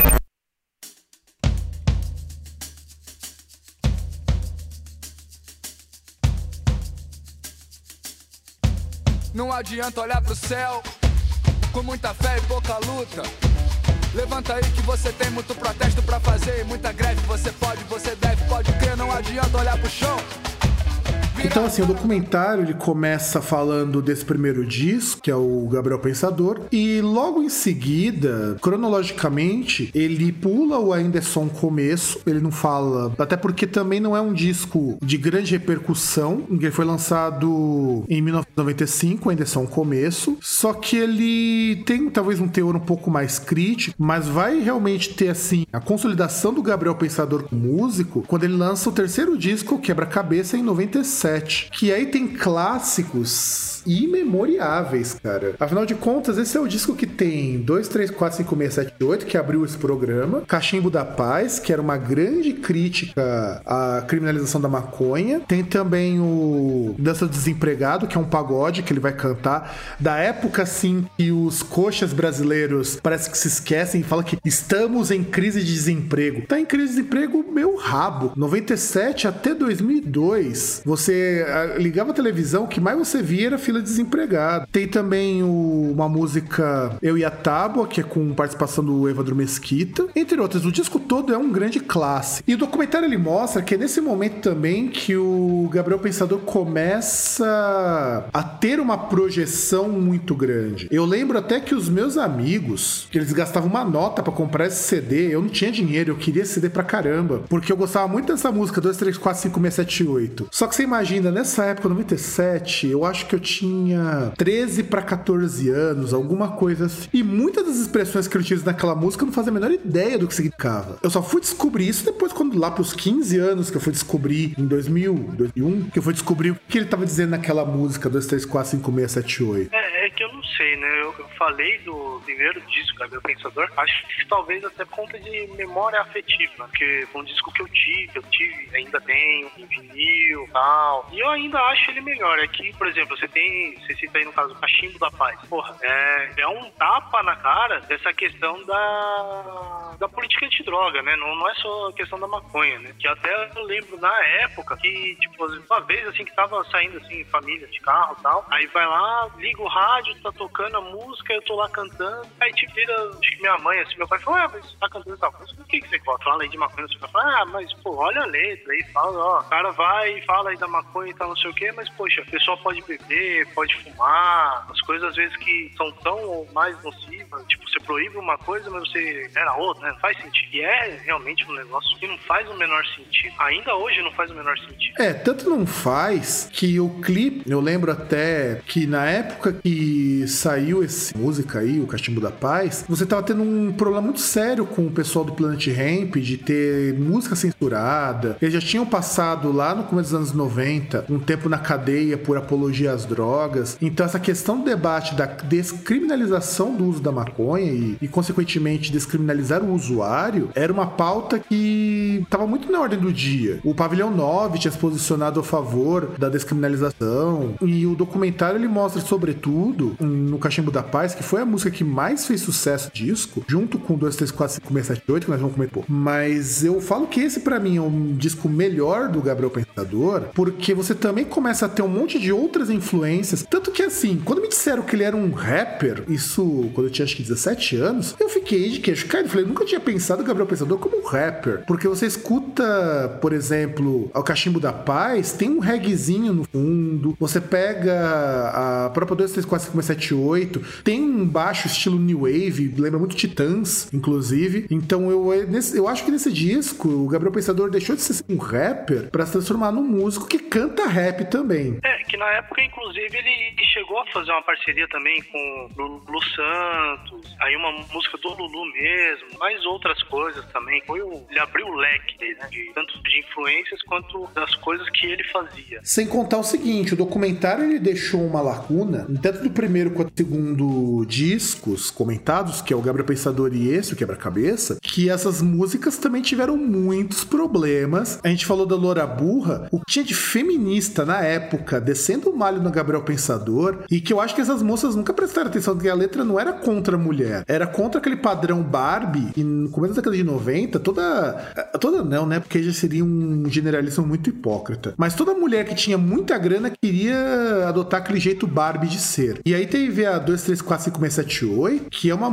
Não adianta olhar pro céu com muita fé e pouca luta. Levanta aí que você tem muito protesto pra fazer e muita greve. Você pode, você deve, pode crer. Não adianta olhar pro chão. Então, assim, o documentário ele começa falando desse primeiro disco, que é o Gabriel Pensador, e logo em seguida, cronologicamente, ele pula o Ainda é Só um Começo, ele não fala, até porque também não é um disco de grande repercussão, ele foi lançado em mil novecentos e noventa e cinco, Ainda é Só um Começo, só que ele tem talvez um teor um pouco mais crítico, mas vai realmente ter, assim, a consolidação do Gabriel Pensador como músico, quando ele lança o terceiro disco, Quebra-Cabeça, em noventa e sete. Que aí tem clássicos imemoriáveis, cara. Afinal de contas, esse é o disco que tem dois, três, quatro, cinco, seis, sete, oito, que abriu esse programa. Cachimbo da Paz, que era uma grande crítica à criminalização da maconha. Tem também o Dança do Desempregado, que é um pagode que ele vai cantar. Da época, assim, que os coxas brasileiros parece que se esquecem e falam que estamos em crise de desemprego. Tá em crise de desemprego, meu rabo. noventa e sete até dois mil e dois, você ligava a televisão, o que mais você via era fila de desempregado. Tem também o, uma música Eu e a Tábua, que é com participação do Evandro Mesquita, entre outras. O disco todo é um grande clássico. E o documentário ele mostra que é nesse momento também que o Gabriel Pensador começa a ter uma projeção muito grande. Eu lembro até que os meus amigos, que eles gastavam uma nota pra comprar esse C D, eu não tinha dinheiro, eu queria esse C D pra caramba, porque eu gostava muito dessa música dois, três, quatro, cinco, seis, sete, oito. Só que você imagina ainda nessa época, noventa e sete, eu acho que eu tinha treze pra catorze anos, alguma coisa assim. E muitas das expressões que ele utiliza naquela música eu não fazia a menor ideia do que significava. Eu só fui descobrir isso depois, quando lá pros quinze anos, que eu fui descobrir em dois mil, dois mil e um, que eu fui descobrir o que ele tava dizendo naquela música dois três quatro cinco seis sete oito. É, é que eu não sei, né? Eu, eu falei do primeiro disco, Gabriel Pensador, acho que talvez até por conta de memória afetiva, porque foi um disco que eu tive, eu tive, ainda tenho, em vinil e tal, e eu ainda acho ele melhor. É que, por exemplo, você tem, você cita aí no caso o Cachimbo da Paz, porra, é, é um tapa na cara dessa questão da, da política antidroga, né? Não, não é só a questão da maconha, né? Que até eu lembro na época que, tipo, uma vez assim que tava saindo assim, família de carro e tal, aí vai lá, liga o rádio, tá tocando a música, eu tô lá cantando, aí te vira, acho que minha mãe, assim, meu pai falou, ah, mas você tá cantando tal música, o que que você gosta? Fala aí de maconha, você fala, ah, mas, pô, olha a letra aí, fala, ó, o cara vai e fala aí da maconha e tal, não sei o quê, mas, poxa, a pessoa pode beber, pode fumar, as coisas às vezes que são tão ou mais nocivas, tipo, você proíbe uma coisa, mas você era outra, né? Não faz sentido. E é realmente um negócio que não faz o menor sentido. Ainda hoje não faz o menor sentido. É, tanto não faz que o clipe, eu lembro até que na época que saiu essa música aí, o Cachimbo da Paz, você tava tendo um problema muito sério com o pessoal do Planet Hemp de ter música censurada. Eles já tinham passado lá no começo dos anos noventa um tempo na cadeia por apologia às drogas. Então essa questão do debate da descriminalização do uso da maconha e, e consequentemente descriminalizar o usuário era uma pauta que estava muito na ordem do dia. O Pavilhão nove tinha se posicionado a favor da descriminalização e o documentário ele mostra sobretudo no Cachimbo da Paz, que foi a música que mais fez sucesso disco, junto com dois três quatro cinco seis sete oito, que nós vamos comentar. Mas eu falo que esse pra mim é um disco melhor do Gabriel Pensador, porque você também começa a ter um monte de outras influências, tanto que assim, quando me disseram que ele era um rapper, isso quando eu tinha acho que dezessete anos, eu fiquei de queixo caído, falei, eu nunca tinha pensado o Gabriel Pensador como um rapper, porque você escuta, por exemplo, o Cachimbo da Paz, tem um reggaezinho no fundo, você pega a própria dois três quatro cinco seis sete oito, tem um baixo estilo New Wave, lembra muito Titãs, inclusive, então eu, eu acho que nesse disco, o Gabriel Pensador deixou de ser um rapper pra se transformar num músico que canta rap também. É, que na época, inclusive, ele chegou a fazer uma parceria também com o Lulu Santos, aí uma música do Lulu mesmo, mais outras coisas também. Foi o, ele abriu o leque dele, né, de, tanto de influências quanto das coisas que ele fazia. Sem contar o seguinte, o documentário ele deixou uma lacuna, tanto do primeiro quanto do segundo discos comentados, que é o Gabriel Pensador e esse, o Quebra-Cabeça, que essas músicas também tiveram muitos problemas. A gente falou da Loura Burra, o que tinha de feminista na época, descendo o malho no Gabriel Pensador, e que eu acho que essas moças nunca prestaram atenção, porque a letra não era contra a mulher, era contra aquele padrão Barbie, e no começo da década de noventa, toda... toda não, né, porque já seria um generalismo muito hipócrita, mas toda mulher que tinha muita grana queria adotar aquele jeito Barbie de ser. E aí teve a dois três quatro cinco seis sete oito, que é uma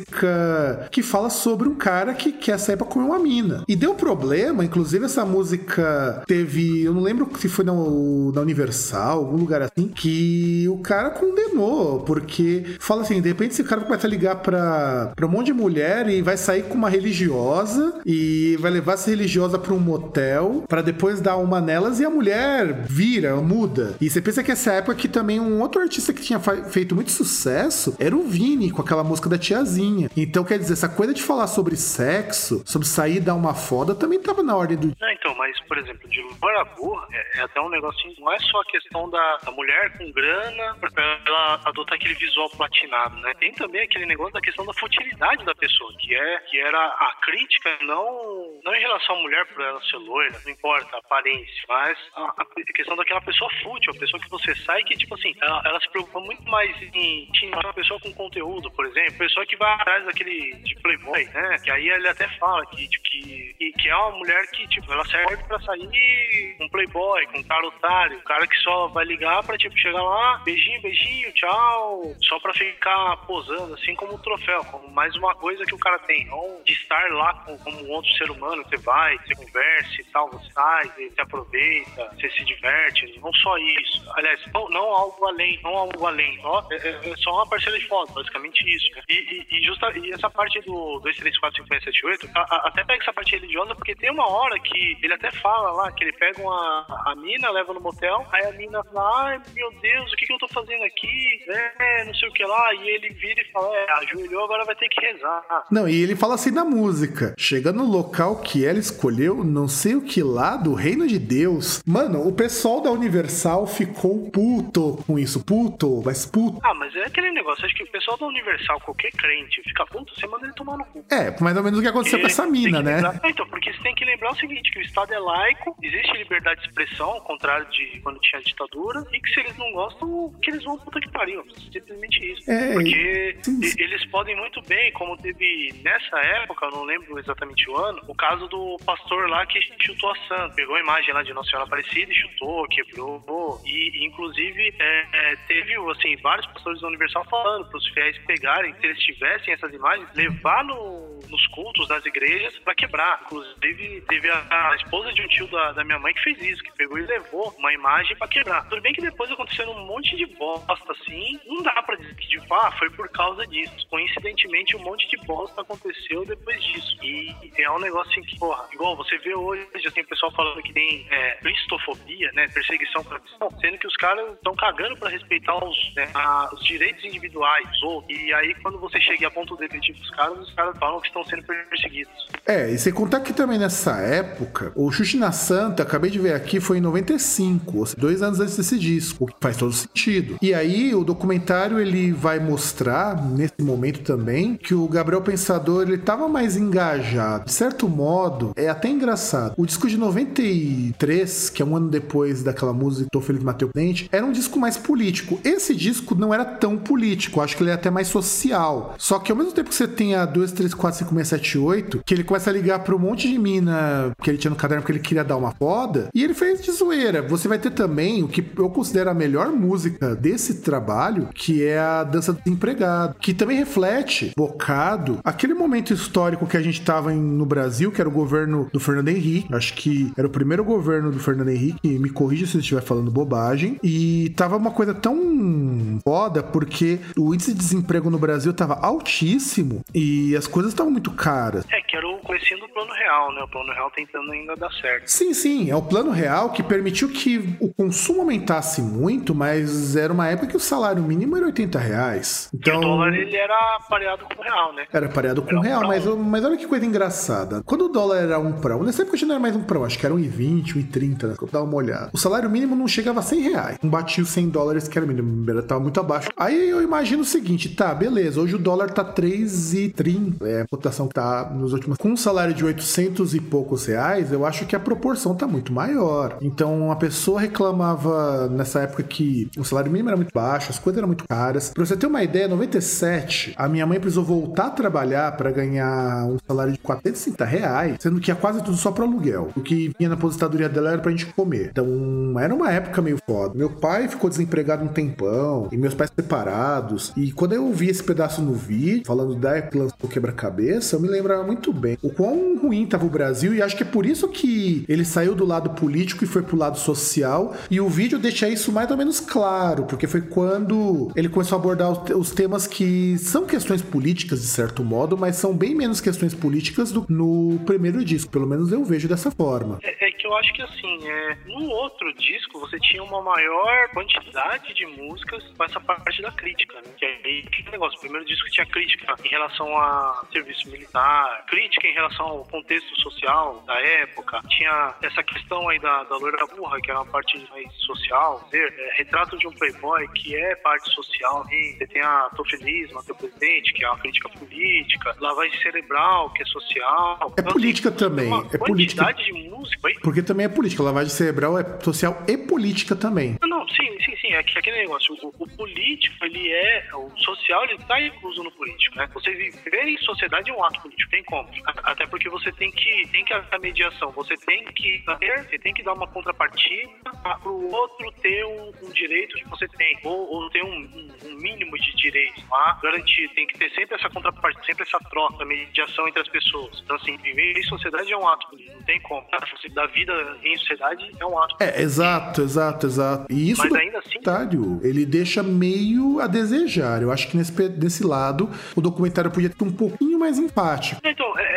música que fala sobre um cara que quer sair pra comer uma mina. E deu problema, inclusive essa música teve, eu não lembro se foi na, na Universal, algum lugar assim, que o cara condenou, porque fala assim, de repente esse cara começa a ligar pra, pra um monte de mulher e vai sair com uma religiosa e vai levar essa religiosa pra um motel pra depois dar uma nelas e a mulher vira, muda. E você pensa que essa época que também um outro artista que tinha feito muito sucesso era o Vini, com aquela música da Tiazinha. Então, quer dizer, essa coisa de falar sobre sexo, sobre sair e dar uma foda, também tava na ordem do... Não, então, mas, por exemplo, de Loura Burra, é, é até um negocinho, não é só a questão da, da mulher com grana pra ela adotar aquele visual platinado, né? Tem também aquele negócio da questão da futilidade da pessoa, que, é, que era a crítica, não, não em relação à mulher por ela ser loira, não importa a aparência, mas a, a questão daquela pessoa fútil, a pessoa que você sai que, tipo assim, ela, ela se preocupa muito mais em uma pessoa com conteúdo, por exemplo, pessoa que vai atrás daquele de Playboy, né? Que aí ele até fala que, que, que, que é uma mulher que, tipo, ela serve pra sair com um Playboy, com um cara otário, um cara que só vai ligar pra, tipo, chegar lá, beijinho, beijinho, tchau, só pra ficar posando, assim, como um troféu, como mais uma coisa que o cara tem, não de estar lá com, como um outro ser humano, você vai, você conversa e tal, você sai, você aproveita, você se diverte, não só isso. Aliás, não, não algo além, não algo além, ó, é, é só uma parcela de foto, basicamente isso. E, e, e, justa, e essa parte do dois três quatro cinco seis sete oito, a, a, até pega essa parte religiosa, porque tem uma hora que ele até fala lá, que ele pega uma, a mina, leva no motel, aí a mina fala, ai meu Deus, o que que eu tô fazendo aqui? É, não sei o que lá, e ele vira e fala, é, ajoelhou, agora vai ter que rezar. Não, e ele fala assim na música, chega no local que ela escolheu, não sei o que lá, do reino de Deus. Mano, o pessoal da Universal ficou puto com isso, puto, mas puto. Ah, mas é aquele negócio, acho que o pessoal da Universal, qualquer crente, fica puto, você manda ele tomar no cu. É, mais ou menos o que aconteceu com essa mina, né? Lembrar... Então, porque você tem que lembrar o seguinte, que o Estado é laico, existe liberdade de expressão, ao contrário de quando tinha ditadura, e que se eles não gostam, que eles vão puta que pariu. Simplesmente isso. É, porque sim, sim. eles podem muito bem, como teve nessa época, eu não lembro exatamente o ano, o caso do pastor lá que chutou a santa. Pegou a imagem lá de Nossa Senhora Aparecida e chutou, quebrou. E, inclusive, é, é, teve, assim, vários pastores da Universal falando para os fiéis pegarem, se eles tivessem essas imagens, levar no, nos cultos das igrejas para quebrar. Inclusive, teve a, a esposa de um tio da, da minha mãe que fez isso, que pegou e levou uma imagem para quebrar. Tudo bem que depois aconteceu um monte de bosta, assim, não dá para dizer que, tipo, ah, foi por causa disso. Coincidentemente, um monte de bosta aconteceu depois disso. E é um negócio assim que, porra, igual você vê hoje, já tem o pessoal falando que tem é, cristofobia, né, perseguição pra cristão, sendo que os caras estão cagando pra respeitar os, né, a, os direitos individuais dos outros. E aí, quando você chega a ponto de demitir os caras, os caras falam que estão sendo perseguidos. É, e sem contar que também nessa época, o Xuxa na Santa, acabei de ver aqui, foi em noventa e cinco, ou seja, dois anos antes desse disco, o que faz todo sentido. E aí, o documentário, ele vai mostrar, nesse momento também, que o Gabriel Pensador, ele tava mais engajado. De certo modo, é até engraçado. O disco de noventa e três, que é um ano depois daquela música Tô Feliz Matei o Dente, era um disco mais político. Esse disco não era tão político, acho que ele é até mais social. Só que ao mesmo tempo que você tem a dois, três, quatro, cinco, seis, sete, oito, que ele começa a ligar pra um monte de mina que ele tinha no caderno porque ele queria dar uma foda, e ele fez de zoeira. Você vai ter também o que eu considero a melhor música desse trabalho, que é a Dança do Desempregado, que também reflete, bocado, aquele momento histórico que a gente tava em, no Brasil, que era o governo do Fernando Henrique. Acho que era o primeiro governo do Fernando Henrique, me corrija se eu estiver falando bobagem, e tava uma coisa tão foda, porque o índice de desemprego no Brasil tava altíssimo e as coisas estavam muito caras. É, que era o comecinho do Plano Real, né? O Plano Real tentando ainda dar certo. Sim, sim, é o Plano Real que permitiu que o consumo aumentasse muito, mas era uma época que o salário mínimo era oitenta reais. Então, e o dólar, ele era pareado com o real, né? Era pareado com o real, mas, mas olha que coisa engraçada. Quando o dólar era um pra um, nessa época já não era mais um pra um, acho que era um e vinte, um e trinta, né? Vou dar uma olhada. O salário mínimo não chegava a cem reais. Não batia os cem dólares, que era o mínimo, era, tava muito abaixo. Aí eu imagino o seguinte, tá, beleza, hoje o dólar tá três e trinta, é a cotação que tá nos últimos... Com um salário de oitocentos e poucos reais, eu acho que a proporção tá muito maior. Então, a pessoa reclamava nessa época que o salário mínimo era muito baixo, as coisas eram muito caras. Pra você ter uma ideia, em noventa e sete, a minha mãe precisou voltar a trabalhar pra ganhar um salário de quatrocentos e cinquenta reais, sendo que ia quase tudo só pro aluguel. O que vinha na aposentadoria dela era pra gente comer. Então, era uma época meio foda. Meu pai ficou desempregado um tempão, e meus pais separados. E quando eu vi esse pedaço no vídeo, falando da época que lançou o Quebra-Cabeça, eu me lembrava muito bem o quão ruim tava o Brasil, e acho que é por isso que ele saiu do lado político e foi pro lado social, e o vídeo deixa isso mais ou menos claro, porque foi quando ele começou a abordar os temas que são questões políticas, de certo modo, mas são bem menos questões políticas do que no primeiro disco, pelo menos eu vejo dessa forma. É, é que eu acho que assim, é, no outro disco você tinha uma maior quantidade de músicas com essa parte da crítica, né? Que aí, que negócio, o primeiro disco tinha crítica em relação a serviço militar, crítica em relação ao contexto social da época, tinha essa questão aí da, da loira burra, que era uma parte mais social, dizer, é, retrato de um playboy, que é parte social, e você tem a Tô Feliz, Matei o Presidente, que é uma crítica política, lavagem cerebral, que é social. É então, política assim, também, uma é política. de música. Aí. Porque também é política, lavagem cerebral é social e política também. Não, não, sim, sim, sim, é que aquele negócio, o, o político, ele é, o social, ele tá incluso no político, né? Você viver em sociedade é um ato político, tem como. Até porque você tem que, tem que a mediação, você tem que ter, você tem que dar uma contrapartida para o outro ter um, um direito que você tem, ou, ou ter um, um, um mínimo de direitos lá, garantido. Tem que ter sempre essa contrapartida, sempre essa troca, mediação entre as pessoas. Então, assim, viver em sociedade é um ato político, não tem como. Você dar vida em sociedade é um ato político. É, exato, exato, exato. E isso, mas ainda assim, ele deixa meio a desejar. Eu acho que nesse, nesse lado, o documentário podia ter um pouquinho mais empático. Então, é,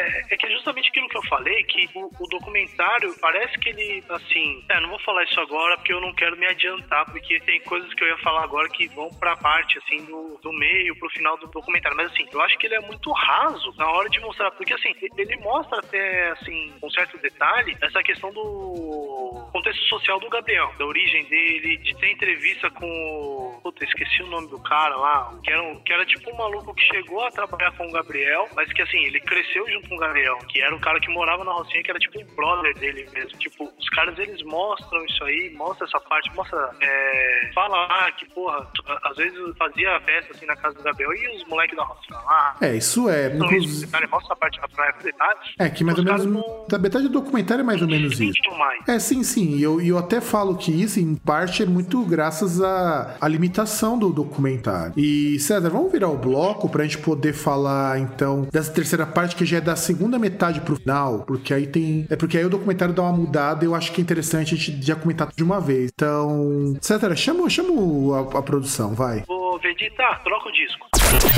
É, é que é justamente aquilo que eu falei, que o, o documentário parece que ele, assim... É, não vou falar isso agora porque eu não quero me adiantar, porque tem coisas que eu ia falar agora que vão pra parte, assim, do, do meio, pro final do documentário. Mas, assim, eu acho que ele é muito raso na hora de mostrar, porque, assim, ele mostra até, assim, com certo detalhe, essa questão do contexto social do Gabriel, da origem dele, de ter entrevista com o... Puta, esqueci o nome do cara lá, que era, um, que era tipo um maluco que chegou a trabalhar com o Gabriel, mas que, assim, ele cresceu junto com o Gabriel, que era um cara que morava na Rocinha, que era tipo um brother dele mesmo. Tipo, os caras, eles mostram isso aí, mostra essa parte, mostra, é, fala lá que, porra, às vezes fazia festa, assim, na casa do Gabriel e os moleques da Rocinha lá. É, isso é. Então, inclusive... isso, detalhe, mostra a parte da praia com detalhes. É, que mais ou menos, não... da metade do documentário é mais ou menos isso. Mais. É, sim, sim, e eu, eu até falo que isso, em parte, é muito graças à, à limitação do documentário. E, César, vamos virar o bloco pra gente poder falar, então, dessa terceira parte, que já é da segunda metade pro final, porque aí tem... É porque aí o documentário dá uma mudada e eu acho que é interessante a gente já comentar de uma vez. Então, César, chama, chama a, a produção, vai. Ô, Vegeta, troca o disco.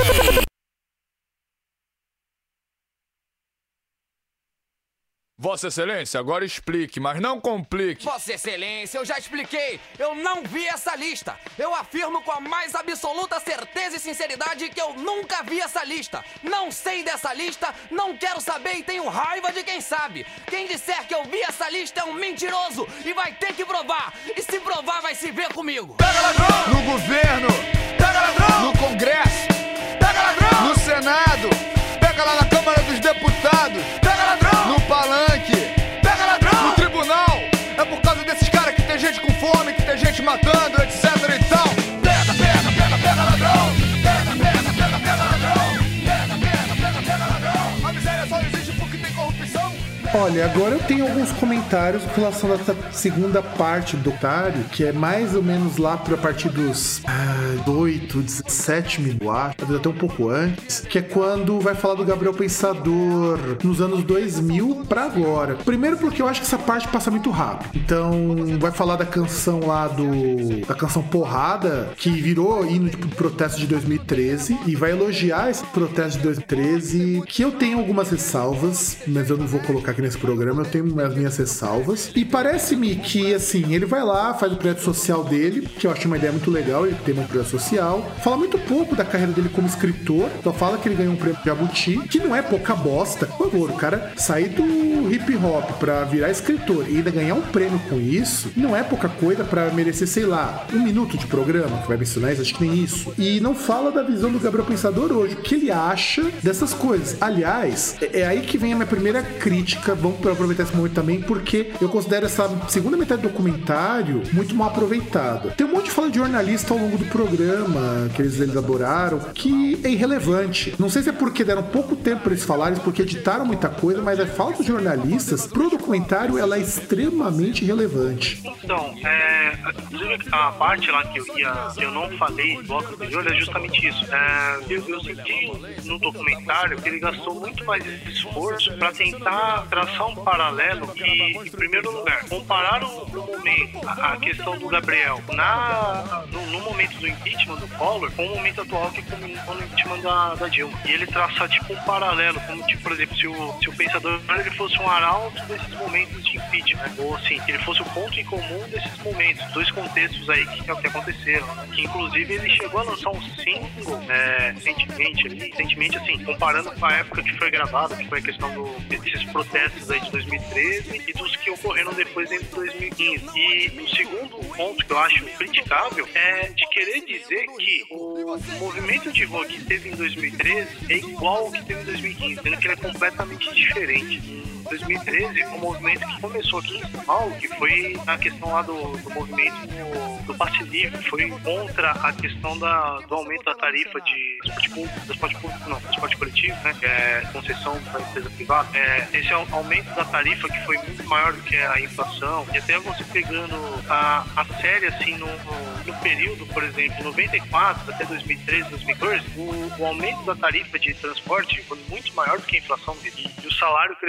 Vossa Excelência, agora explique, mas não complique. Vossa Excelência, eu já expliquei. Eu não vi essa lista. Eu afirmo com a mais absoluta certeza e sinceridade que eu nunca vi essa lista. Não sei dessa lista, não quero saber e tenho raiva de quem sabe. Quem disser que eu vi essa lista é um mentiroso e vai ter que provar. E se provar, vai se ver comigo. Pega ladrão! No governo! Pega ladrão! No Congresso! Pega ladrão! No Senado! Pega lá na Câmara dos Deputados! Pega ladrão! No palanque! Pega ladrão! No tribunal! É por causa desses caras que tem gente com fome, que tem gente matando, etc e tal! Pega, pega, pega, pega ladrão! Pega, pega, pega, pega ladrão! Pega, pega, pega, pega ladrão! A miséria só existe porque tem corrupção! Olha, agora eu tenho alguns comentários com relação a essa segunda parte do documentário, que é mais ou menos lá por a partir dos ah, oito, dezessete minutos, acho, talvez até um pouco antes, que é quando vai falar do Gabriel Pensador nos anos dois mil pra agora. Primeiro porque eu acho que essa parte passa muito rápido. Então, vai falar da canção lá do... da canção Porrada, que virou hino de protesto de dois mil e treze, e vai elogiar esse protesto de dois mil e treze, que eu tenho algumas ressalvas, mas eu não vou colocar aqui nesse programa, eu tenho as minhas ressalvas. E parece-me que, assim, ele vai lá, faz o projeto social dele, que eu acho uma ideia muito legal, ele tem um projeto social. Fala muito pouco da carreira dele como escritor, só fala que ele ganhou um prêmio Jabuti, que não é pouca bosta. Por favor, o cara sair do hip hop pra virar escritor e ainda ganhar um prêmio com isso, não é pouca coisa pra merecer, sei lá, um minuto de programa, que vai mencionar isso, acho que nem isso. E não fala da visão do Gabriel Pensador hoje, o que ele acha dessas coisas. Aliás, é aí que vem a minha primeira crítica. Vamos aproveitar esse momento também, porque eu considero essa segunda metade do documentário muito mal aproveitada. Tem um monte de fala de jornalista ao longo do programa que eles elaboraram, que é irrelevante. Não sei se é porque deram pouco tempo para eles falarem, porque editaram muita coisa, mas a falta de jornalistas pro documentário, ela é extremamente relevante. Então, é, inclusive a parte lá que eu ia, que eu não falei no bloco anterior é justamente isso. É, eu, eu senti no documentário que ele gastou muito mais esforço para tentar traçar um paralelo e, em primeiro lugar, comparar o, o momento, a, a questão do Gabriel na, no, no momento do impeachment do Collor com o momento atual que culminou no impeachment da, da Dilma. E ele traçar tipo um paralelo, como tipo, por exemplo, se o, se o pensador ele fosse um arauto desses momentos de impeachment, ou assim, que ele fosse o ponto em comum desses momentos, dois contextos aí que é o que aconteceram, né? Que inclusive ele chegou a lançar um single é, recentemente, ali, recentemente assim, comparando com a época que foi gravado, que foi a questão do, desses protestos aí de dois mil e treze e dos que ocorreram depois em dois mil e quinze. E o segundo ponto que eu acho criticável é de querer dizer que o movimento de rua que teve em dois mil e treze é igual ao que teve em dois mil e quinze, sendo que ele é completamente diferente. Em dois mil e treze, o movimento que começou aqui em São Paulo, que foi a questão lá do, do movimento do, do passe livre, foi contra a questão da, do aumento da tarifa de transporte público, transporte público não, transporte coletivo, né, que é concessão para empresa privada. É, esse aumento da tarifa que foi muito maior do que a inflação, e até você pegando a, a série assim no, no, no período, por exemplo, noventa e quatro até dois mil e treze, dois mil e quatorze, o, o aumento da tarifa de transporte foi muito maior do que a inflação dele. E o salário cresceu muito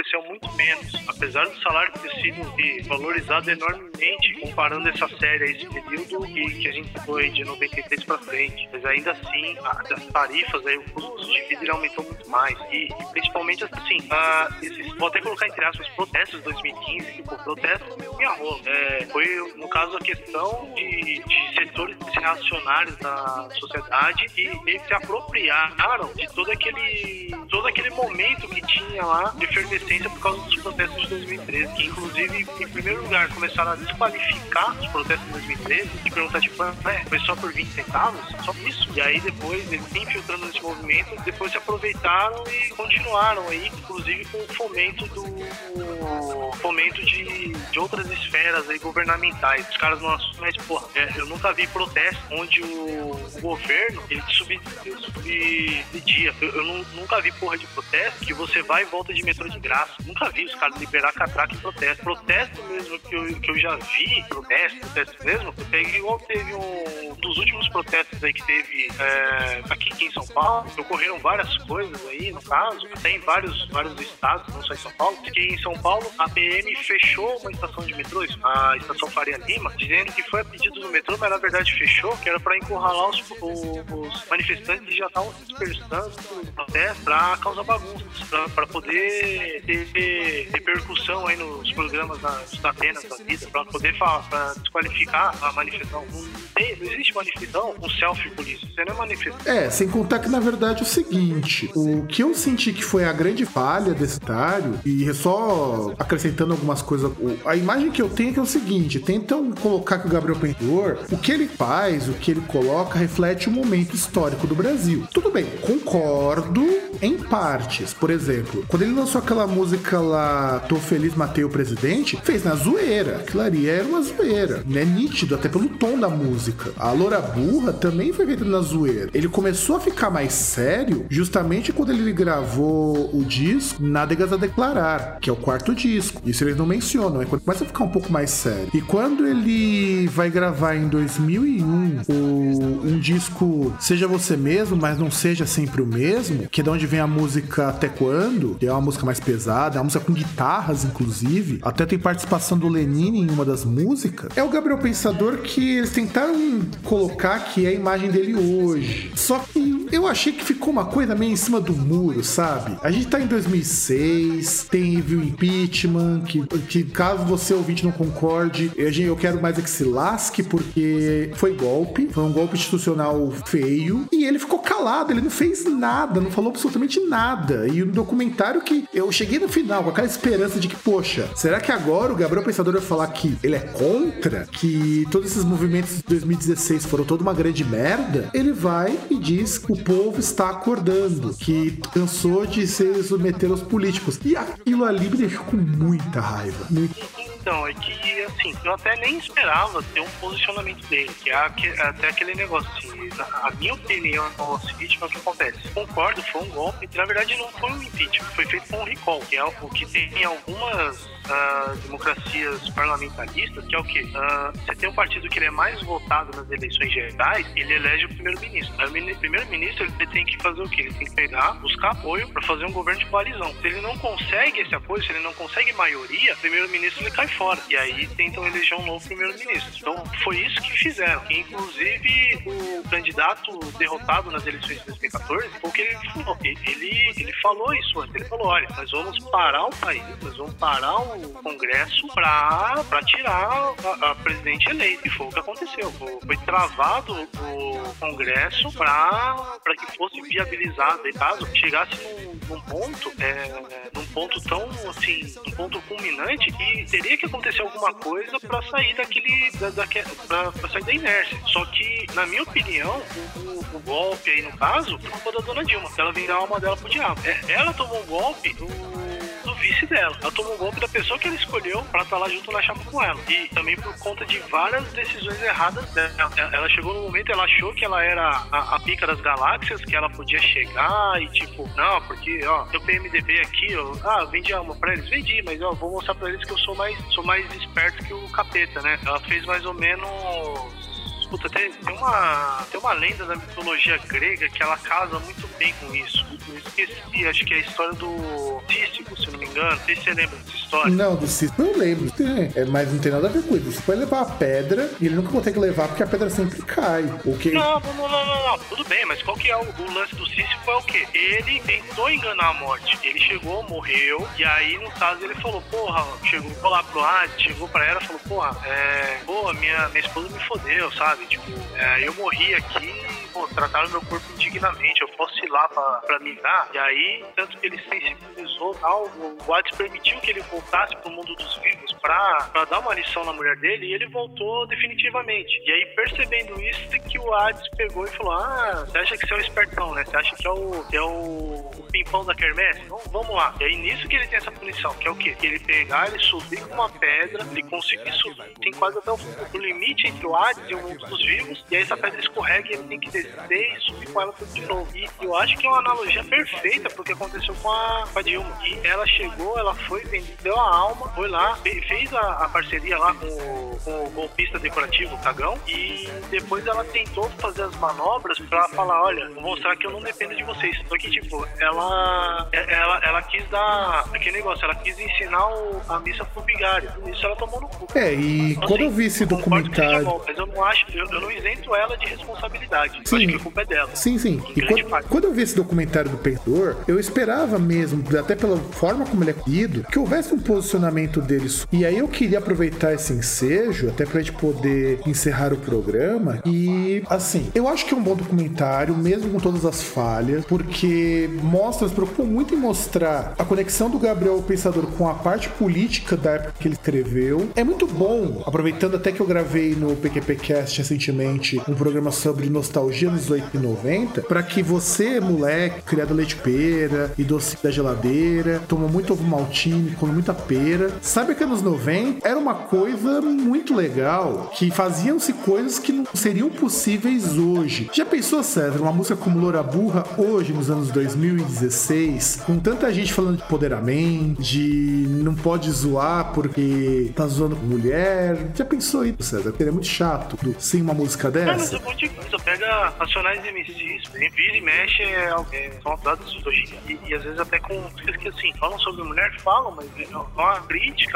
menos. Apesar do salário ter sido valorizado enormemente, comparando essa série a esse período que, que a gente foi de noventa e três pra frente. Mas ainda assim, as tarifas, aí, o custo de vida ele aumentou muito mais. E, e principalmente, assim, uh, esses, vou até colocar entre aspas, protestos de dois mil e quinze, tipo, protestos em arroz. É, foi, no caso, a questão de, de setores reacionários da sociedade que meio que se apropriaram de todo aquele, todo aquele momento que tinha lá de efervescência por causa dos protestos de dois mil e treze, que inclusive, em primeiro lugar, começaram a desqualificar os protestos de dois mil e treze e perguntar, tipo, é, foi só por vinte centavos? Só isso? E aí depois, eles se infiltrando nesse movimento, depois se aproveitaram e continuaram aí, inclusive com o fomento do o fomento de, de outras esferas aí governamentais. Os caras não assumem, mas, porra, é, eu nunca vi protesto onde o, o governo, ele subsidia. Eu, eu não, nunca vi porra de protesto que você vai e volta de metrô de graça. Nunca vi os caras liberar catraca em protesto. Protesto mesmo que eu, que eu já vi, protesto, protesto mesmo, eu peguei igual teve um dos últimos protestos aí que teve é, aqui em São Paulo, ocorreram várias coisas aí, no caso, até em vários, vários estados, não só em São Paulo, que em São Paulo a P M fechou uma estação de metrô, a estação Faria Lima, dizendo que foi a pedido do metrô, mas na verdade fechou, que era para encurralar os, os manifestantes que já estavam se dispersando no protesto para causar bagunças, para poder ter repercussão aí nos programas das Atenas da vida, para poder falar, para desqualificar a manifestação. Não, tem, não existe manifestação com self-polícia, você não é manifestação. É, sem contar que na verdade é o seguinte, o que eu senti que foi a grande falha desse cenário, e só acrescentando algumas coisas, a imagem que eu tenho é que é o seguinte, tentam colocar que o Gabriel Pensador, o que ele faz, o que ele coloca, reflete o momento histórico do Brasil. Tudo bem, concordo em partes. Por exemplo, quando ele lançou aquela música lá, Tô Feliz, Matei o Presidente, fez na zoeira. Aquilo ali era uma zoeira, né? Nítido, até pelo tom da música. A Loura Burra também foi feita na zoeira. Ele começou a ficar mais sério justamente quando ele gravou o disco Nádegas a Declarar, que é o quarto disco. Isso eles não mencionam, é quando começa a ficar um pouco mais sério. E quando ele vai gravar em dois mil e um o, um disco Seja Você Mesmo, mas não seja sempre o mesmo, que é de onde vem a música Até Quando, que é uma música mais pesada, é uma música com guitarras, inclusive, até tem participação do Lenine em uma das músicas. É o Gabriel Pensador que eles tentaram colocar que é a imagem dele hoje. Só que eu achei que ficou uma coisa meio em cima do muro, sabe? A gente tá em dois mil e seis, teve o impeachment, que, que caso você ouvinte não concorde, eu, eu quero mais é que se lasque, porque foi golpe, foi um golpe institucional feio, e ele ficou calado, ele não fez nada, não falou absolutamente nada. E no documentário que eu cheguei no final com aquela esperança de que, poxa, será que agora o Gabriel Pensador vai falar que ele é contra, que todos esses movimentos de dois mil e dezesseis foram toda uma grande merda? Ele vai e diz que o povo está acordando, que cansou de se submeter aos políticos. E aquilo ali me deixou com muita raiva. Muito... Então, é que, assim, eu até nem esperava ter um posicionamento dele, que é até aquele negócio, assim, a minha opinião é o seguinte, é o que acontece. Concordo, foi um golpe, na verdade não foi um impeachment, foi feito com um recall, que é o que tem em algumas uh, democracias parlamentaristas, que é o quê? Uh, você tem um partido que ele é mais votado nas eleições gerais, ele elege o primeiro-ministro. O primeiro-ministro, ele tem que fazer o quê? Ele tem que pegar, buscar apoio para fazer um governo de coalizão. Se ele não consegue esse apoio, se ele não consegue maioria, o primeiro-ministro ele cai fora. E aí tentam eleger um novo primeiro-ministro. Então foi isso que fizeram. E, inclusive o candidato derrotado nas eleições de dois mil e catorze foi o que ele falou. Ele, ele falou isso antes. Ele falou, olha, nós vamos parar o país, nós vamos parar o Congresso para tirar a, a presidente eleita. E foi o que aconteceu. Foi travado o Congresso para que fosse viabilizado. E caso chegasse num, num ponto é, num ponto tão assim, num ponto culminante que teria que acontecer alguma coisa para sair daquele da, da, pra, pra sair da inércia. Só que, na minha opinião, o, o golpe aí no caso foi culpa da dona Dilma. Ela virar a alma dela pro diabo. É, ela tomou um golpe do, do vice dela. Ela tomou um golpe da pessoa que ela escolheu pra estar lá junto na chapa com ela. E também por conta de várias decisões erradas dela. Ela chegou no momento, ela achou que ela era a, a pica das galáxias, que ela podia chegar e tipo, não, porque, ó, tem o P M D B aqui, ó, ah, vendi alma pra eles, vendi, mas ó, vou mostrar pra eles que eu sou mais, sou mais esperto que o capeta, né? Ela fez mais ou menos Puta, tem, tem, uma, tem uma lenda da mitologia grega que ela casa muito bem com isso. Eu esqueci, acho que é a história do Sísifo, se não me engano. Não sei se você lembra dessa história. Não, do Sísifo eu lembro. É, mas não tem nada a ver com isso. Você vai levar a pedra e ele nunca consegue levar porque a pedra sempre cai. O que... Não, não, não, não, não, não. Tudo bem, mas qual que é o, o lance do Sísifo? É o quê? Ele tentou enganar a morte. Ele chegou, morreu, e aí, no caso, ele falou, porra, chegou lá pro Hades, chegou pra ela e falou, porra, é, porra, minha, minha esposa me fodeu, sabe? Tipo, é, eu morri aqui, pô, trataram meu corpo indignamente, eu posso ir lá pra, pra me dar. E aí, tanto que ele sensibilizou, tal, o Hades permitiu que ele voltasse pro mundo dos vivos pra, pra dar uma lição na mulher dele, e ele voltou definitivamente. E aí, percebendo isso, que o Hades pegou e falou, ah, você acha que você é o espertão, né? Você acha que é o, que é o, o pimpão da quermesse? Então, vamos lá. E aí, nisso que ele tem essa punição, que é o quê? Que ele pegar, ele subir com uma pedra, ele conseguir subir, tem quase até o, o limite entre o Hades e o mundo dos vivos, e aí essa pedra escorrega e ele tem que descer e subir com ela tudo de novo. E eu acho que é uma analogia perfeita pro que aconteceu com a, com a Dilma. E ela chegou, ela foi, vendeu a alma, foi lá, fez a, a parceria lá com o, com o golpista decorativo, o Cagão, e depois ela tentou fazer as manobras pra falar, olha, vou mostrar que eu não dependo de vocês. Só que, tipo, ela ela, ela quis dar aquele negócio, ela quis ensinar o, a missa pro vigário. Isso ela tomou no cu. É, e então, quando assim, eu vi esse documentário... Bom, mas eu não acho, eu, eu não isento ela de responsabilidade. Sim. Eu acho que a culpa é dela. Sim, sim. E quando, quando eu vi esse documentário do Pensador, eu esperava mesmo, até pela forma como ele é lido, que houvesse um posicionamento dele. E aí eu queria aproveitar esse ensejo, até pra gente poder encerrar o programa. E, assim, eu acho que é um bom documentário, mesmo com todas as falhas, porque mostra, se preocupa muito em mostrar a conexão do Gabriel o Pensador com a parte política da época que ele escreveu. É muito bom, aproveitando até que eu gravei no P Q P Cast recentemente um programa sobre nostalgia nos oitenta e noventa, para que você, moleque, criado leite pera e doce da geladeira, tomou muito ovo maltine, come muita pera, sabe que anos noventa era uma coisa muito legal, que faziam-se coisas que não seriam possíveis hoje. Já pensou, César, uma música como Loura Burra hoje, nos anos dois mil e dezesseis, com tanta gente falando de empoderamento, de não pode zoar porque tá zoando com mulher? Já pensou isso, César? Seria muito chato sem uma música dessa? Não, mas é um monte de coisa. Pega Nacionais M Cs, vira e mexe, é, é, são dados hoje. E, e às vezes até com músicas que assim, falam sobre mulher, falam, mas é uma crítica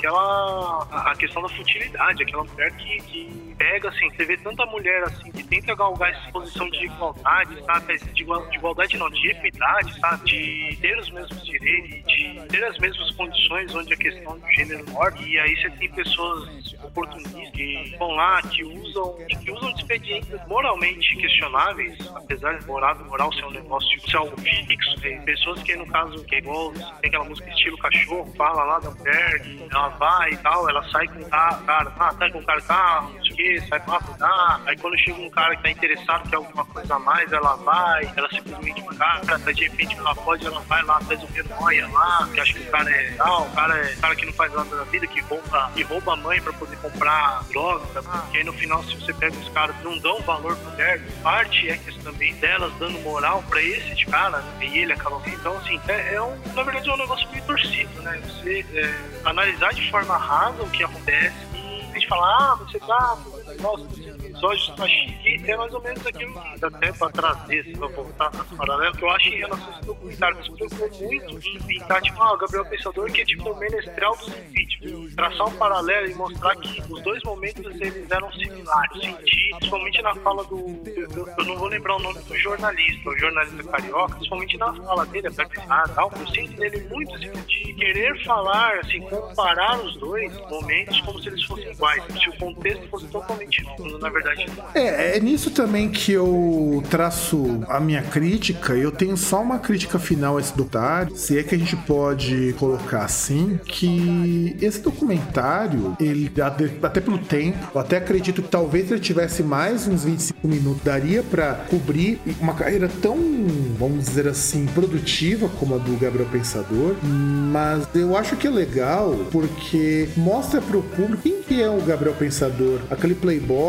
àquela à questão da futilidade, aquela mulher que, que pega, assim, você vê tanta mulher assim, que tenta galgar essa posição de igualdade, sabe? De, igual, de igualdade não, de equidade, sabe? De ter os mesmos direitos, de ter as mesmas condições onde a questão do gênero morde. E aí você tem pessoas oportunistas que vão lá, que usam, que usam expedientes moralmente questionáveis, apesar de moral, moral ser um negócio, ser algo fixo. Tem pessoas que, no caso, que é igual, tem aquela música estilo cachorro, fala lá da mulher, que ela vai e tal, ela sai com o cara, ah, sai com o cara, tá, não sei o que, sai pra cuidar. Aí quando chega um cara que tá interessado, quer alguma coisa a mais, ela vai, ela simplesmente vai, cara, de repente ela pode, ela vai lá, faz o renóia lá, que acha que o cara é tal, o cara é o cara que não faz nada na vida, que rouba, que rouba a mãe pra poder comprar droga, tá? E aí no final, se você pega os caras que não dão valor pro mulher, parte é que também delas dando moral pra esse de cara, né? E ele acaba. Então, assim, é, é um, na verdade é um negócio meio torcido, né? Você é, analisar de forma rasa o que acontece e a gente falar, ah, você tá, nossa, episódios tá chique, é mais ou menos aquilo que dá até pra trazer, se eu voltar nas paralelas, que eu acho em relação a esse documentário que se preocupou muito em pintar, tipo, ah, o Gabriel Pensador, que é tipo o menestral dos impeachment, traçar um paralelo e mostrar que os dois momentos eles eram similares, sentir, principalmente na fala do, eu, eu não vou lembrar o nome do jornalista, o jornalista carioca, principalmente na fala dele, até pensar tal, eu sinto nele muito assim, de querer falar, assim, comparar os dois momentos como se eles fossem iguais, se o contexto fosse totalmente novo, na verdade. É, é nisso também que eu traço a minha crítica. Eu tenho só uma crítica final a esse documentário, se é que a gente pode colocar assim, que esse documentário, ele até pelo tempo, eu até acredito que talvez ele tivesse mais uns vinte e cinco minutos, daria pra cobrir uma carreira tão, vamos dizer assim, produtiva como a do Gabriel Pensador, mas eu acho que é legal porque mostra pro público quem que é o Gabriel Pensador, aquele playboy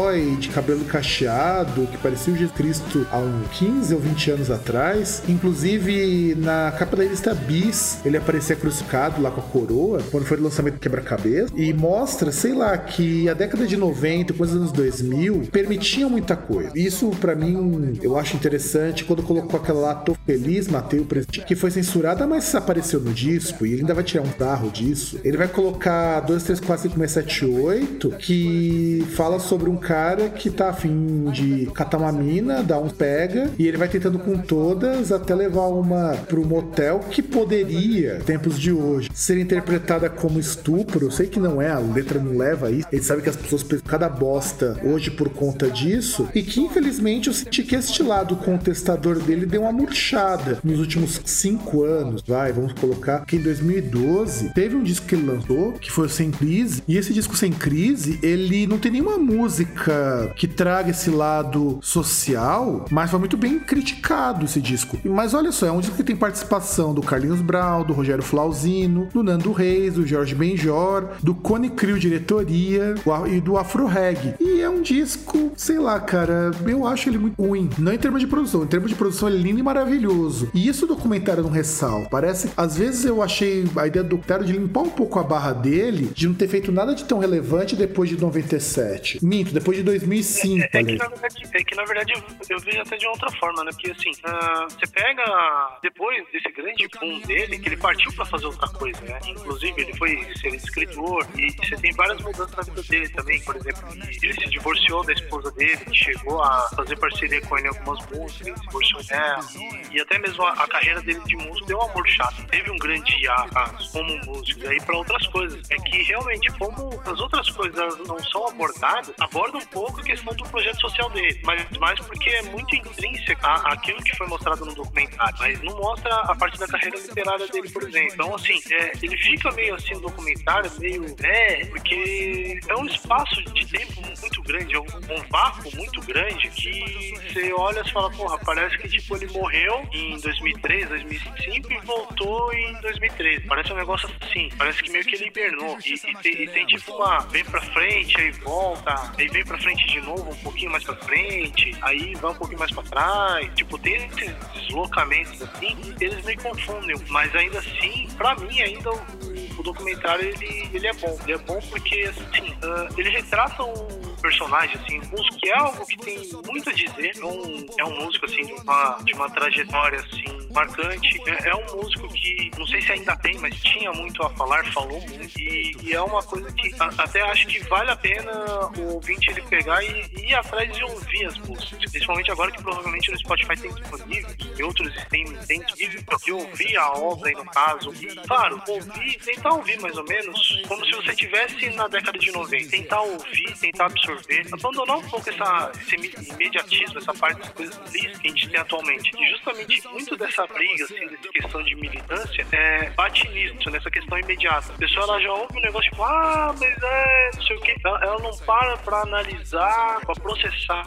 de cabelo cacheado, que parecia o Jesus Cristo há uns quinze ou vinte anos atrás. Inclusive, na capa da revista Bis, ele aparecia crucificado lá com a coroa, quando foi o lançamento do Quebra-Cabeça, e mostra, sei lá, que a década de noventa, coisa dos anos dois mil, permitiam muita coisa. Isso, pra mim, eu acho interessante. Quando colocou aquela lá, Tô Feliz, Matei o Presidente, que foi censurada, mas apareceu no disco, e ele ainda vai tirar um tarro disso. Ele vai colocar dois, três, quatro, cinco, seis, sete, oito, que fala sobre um cara que tá afim de catar uma mina, dar um pega, e ele vai tentando com todas até levar uma pro motel, que poderia, tempos de hoje, ser interpretada como estupro. Eu sei que não é, a letra não leva a isso. Ele sabe que as pessoas pensam cada bosta hoje por conta disso, e que infelizmente eu senti que este lado contestador dele deu uma murchada nos últimos cinco anos, vai, vamos colocar que em dois mil e doze teve um disco que ele lançou, que foi o Sem Crise, e esse disco Sem Crise, ele não tem nenhuma música que traga esse lado social, mas foi muito bem criticado esse disco. Mas olha só, é um disco que tem participação do Carlinhos Brown, do Rogério Flauzino, do Nando Reis, do Jorge Benjor, do Cone Crew Diretoria e do Afro Reg. E é um disco, sei lá, cara, eu acho ele muito ruim. Não em termos de produção, em termos de produção ele é lindo e maravilhoso. E isso o documentário não ressalta. Parece, às vezes eu achei a ideia do documentário de limpar um pouco a barra dele, de não ter feito nada de tão relevante depois de noventa e sete. Minto, depois de dois mil e cinco. É, é, é, que, na verdade, é que na verdade eu, eu vejo até de outra forma, né? Porque assim, uh, você pega, depois desse grande boom dele, que ele partiu pra fazer outra coisa, né? Inclusive ele foi ser escritor, e você tem várias mudanças na vida dele também. Por exemplo, ele se divorciou da esposa dele, que chegou a fazer parceria com ele em algumas músicas, ele se divorciou dela, e até mesmo a, a carreira dele de músico deu uma murchada. Teve um grande hiato como músico, e aí pra outras coisas. É que realmente, como as outras coisas não são abordadas, aborda um pouco a questão do projeto social dele, mas mais porque é muito intrínseca aquilo que foi mostrado no documentário, mas não mostra a parte da carreira literária dele, por exemplo. Então, assim, é, ele fica meio assim no documentário, meio, né, porque é um espaço de tempo muito grande, é um, um vácuo muito grande, que você olha e fala, porra, parece que tipo ele morreu em dois mil e três, dois mil e cinco e voltou em dois mil e treze. Parece um negócio assim, parece que meio que ele hibernou. E, e, tem, e tem tipo uma, vem pra frente, aí volta, aí vem pra frente de novo, um pouquinho mais pra frente, aí vai um pouquinho mais pra trás. Tipo, tem esses deslocamentos assim, eles me confundem, mas ainda assim, pra mim, ainda o, o documentário ele, ele é bom. Ele é bom porque, assim, uh, ele retrata um personagem, assim, um músico que é algo que tem muito a dizer. É um, é um músico, assim, de uma, de uma trajetória, assim, marcante. É, é um músico que, não sei se ainda tem, mas tinha muito a falar, falou muito. E, e é uma coisa que a, até acho que vale a pena o ouvinte ele pegar e, e ir atrás de ouvir as músicas. Principalmente agora que provavelmente no Spotify tem disponível, e outros tem, tem disponível, porque eu ouvi a obra aí no caso. E, claro, ouvir, tentar ouvir mais ou menos como se você estivesse na década de noventa. Tentar ouvir, tentar absorver, abandonar um pouco essa, esse imediatismo, essa parte das coisas listas que a gente tem atualmente. E justamente muito dessa briga, assim, dessa questão de militância, é, bate nisso, nessa questão imediata. A pessoa ela já ouve um negócio tipo, ah, mas é, não sei o que. Ela, ela não para pra analisar, pra processar,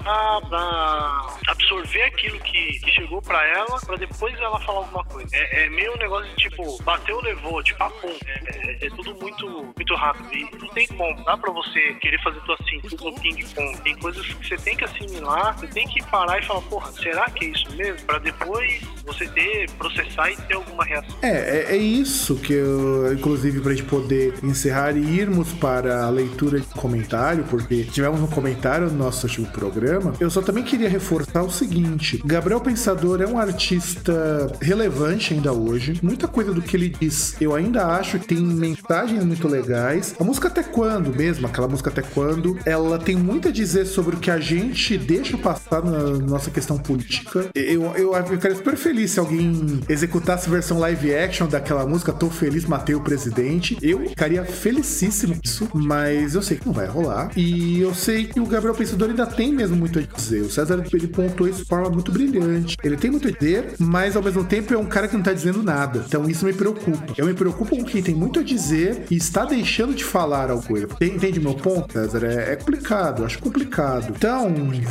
pra absorver aquilo que, que chegou pra ela, pra depois ela falar alguma coisa. É, é meio um negócio de tipo, bateu, levou, tipo, ah, pum. É, é, é tudo muito, muito rápido. E não tem como, dá pra você querer fazer tudo assim, tudo no ping-pong. Tem coisas que você tem que assimilar, você tem que parar e falar, porra, será que é isso mesmo? Pra depois você ter, processar e ter alguma reação. É, é, é isso que eu, inclusive, pra gente poder encerrar e irmos para a leitura de comentário, porque tivemos um comentário no nosso último programa. Eu só também queria reforçar o seguinte: Gabriel Pensador é um artista relevante ainda hoje. Muita coisa do que ele diz eu ainda acho que tem mensagens muito legais. A música Até Quando mesmo, aquela música Até Quando, ela tem muito a dizer sobre o que a gente deixa passar na nossa questão política. Eu, eu, eu ficaria super feliz se alguém executasse versão live action daquela música Tô Feliz, Matei o Presidente. Eu ficaria felicíssimo com isso, mas eu sei que não vai rolar. E eu sei que o Gabriel Pensador ainda tem mesmo muito a dizer. O César, ele pontuou isso de forma muito brilhante. Ele tem muito a dizer, mas ao mesmo tempo é um cara que não tá dizendo nada. Então isso me preocupa. Eu me preocupo com quem tem muito a dizer e está deixando de falar alguma coisa. Entende meu ponto, César? É, é complicado, acho complicado. Então,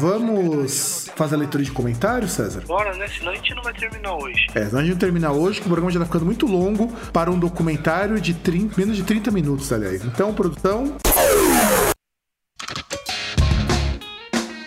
vamos fazer a leitura de comentários, César? Bora, né? Senão a gente não vai terminar hoje. É, senão a gente não terminar hoje, que o programa já tá ficando muito longo para um documentário de trinta, menos de trinta minutos, aliás. Então, produção...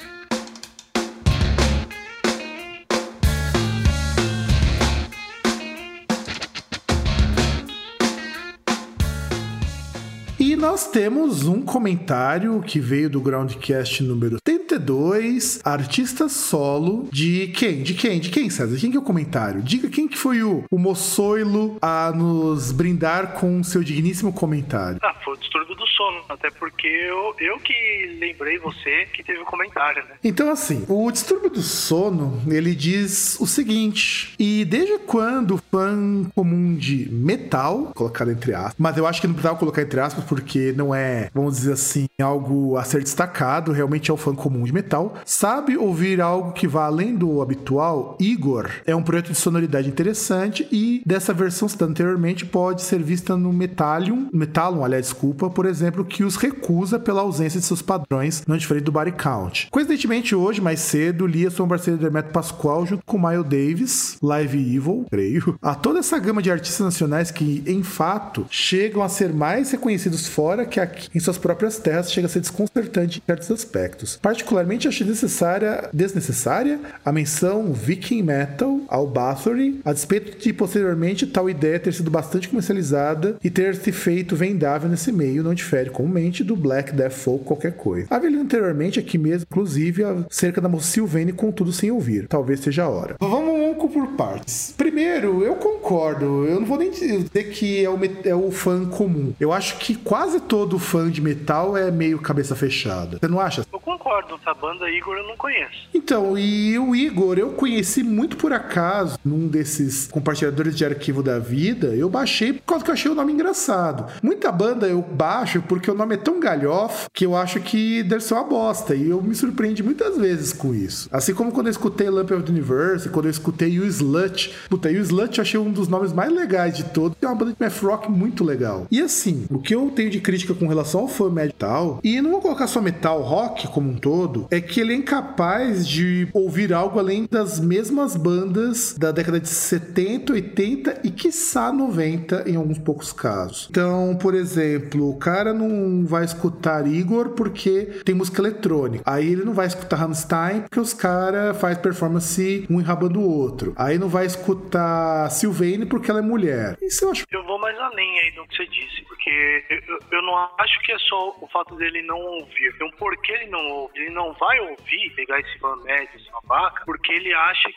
nós temos um comentário que veio do Groundcast número trinta e dois, artista solo de quem? De quem? De quem, César? Quem que é o comentário? Diga quem que foi o, o moçoilo a nos brindar com seu digníssimo comentário. Ah, foi o Distúrbio do Sono, até porque eu, eu que lembrei você que teve o um comentário, né? Então, assim, o Distúrbio do Sono, ele diz o seguinte: e desde quando o fã comum de metal, colocado entre aspas, mas eu acho que não precisava colocar entre aspas porque não é, vamos dizer assim, algo a ser destacado, realmente é o fã comum de metal, sabe ouvir algo que vá além do habitual, Igor é um projeto de sonoridade interessante e dessa versão citada anteriormente pode ser vista no Metalium, Metallum, aliás, desculpa, por exemplo, que os recusa pela ausência de seus padrões, não diferente do Body Count. Coincidentemente, hoje, mais cedo, li a sua parceria do Hermeto Pascoal junto com Miles Davis, Live Evil, creio, a toda essa gama de artistas nacionais que, em fato, chegam a ser mais reconhecidos fora que aqui em suas próprias terras, chega a ser desconcertante em certos aspectos. Particularmente, achei necessária, desnecessária a menção Viking Metal ao Bathory, a despeito de, posteriormente, tal ideia ter sido bastante comercializada e ter se feito vendável nesse meio, não difere comumente do Black Death Folk qualquer coisa. Havia lido anteriormente aqui mesmo, inclusive, acerca da moça Sylvain, contudo sem ouvir. Talvez seja a hora. Vamos, vamos por partes. Primeiro, eu concordo. Eu não vou nem dizer que é o, é o fã comum. Eu acho que quase todo fã de metal é meio cabeça fechada. Você não acha? Eu concordo. Essa banda Igor eu não conheço. Então, e o Igor eu conheci muito por acaso num desses compartilhadores de arquivo da vida. Eu baixei por causa que eu achei o nome engraçado. Muita banda eu baixo porque o nome é tão galhofa que eu acho que deve ser uma bosta. E eu me surpreendi muitas vezes com isso. Assim como quando eu escutei Lamp of the Universe, quando eu escutei o Slut. Puta, e o Slut eu achei um dos nomes mais legais de todos. É uma banda de math rock muito legal. E assim, o que eu tenho de crítica com relação ao fã metal, e não vou colocar só metal rock como um todo, é que ele é incapaz de ouvir algo além das mesmas bandas da década de setenta, oitenta e quiçá noventa em alguns poucos casos. Então, por exemplo, o cara não vai escutar Igor porque tem música eletrônica. Aí ele não vai escutar Rammstein porque os caras fazem performance um enrabando o outro. Aí não vai escutar Sylvain porque ela é mulher. Isso eu acho... Eu vou mais além aí do que você disse, porque eu, eu não acho que é só o fato dele não ouvir. Então, por que ele não ouve? Ele não vai ouvir, pegar esse fã médio, esse babaca, porque ele acha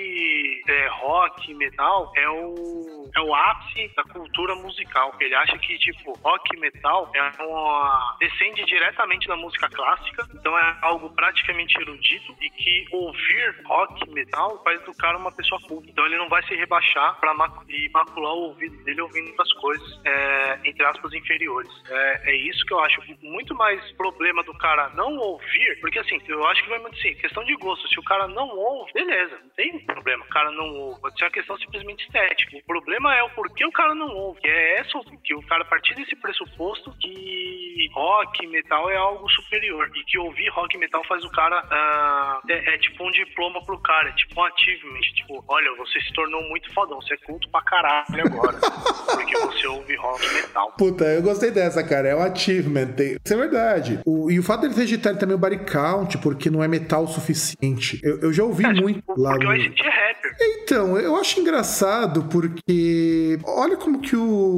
que é, rock e metal é o, é o ápice da cultura musical. Ele acha que, tipo, rock e metal é uma... descende diretamente da música clássica, então é algo praticamente erudito, e que ouvir rock e metal faz do cara uma pessoa culta. Então ele não vai se rebaixar pra mac- e macular o ouvido dele ouvindo outras coisas, é, entre aspas, inferiores. É, é isso que eu acho muito mais problema do cara não ouvir, porque assim, eu acho que vai muito assim, questão de gosto. Se o cara não ouve, beleza, não tem problema, o cara não ouve. Pode ser uma questão simplesmente estética. O problema é o porquê o cara não ouve. Que é essa, que o cara partir desse pressuposto que rock e metal é algo superior, e que ouvir rock e metal faz o cara uh, é, é tipo um diploma pro cara, é tipo um achievement, tipo, olha, você se tornou muito fodão, você é culto pra caralho agora, porque você ouve rock e metal. Puta, eu gostei dessa, cara, é um achievement, isso é verdade. O, e o fato dele regitar também o body count, porque não é metal o suficiente, eu, eu já ouvi é, muito porque lá no... no... Porque o rapper. Então, eu acho engraçado porque olha como que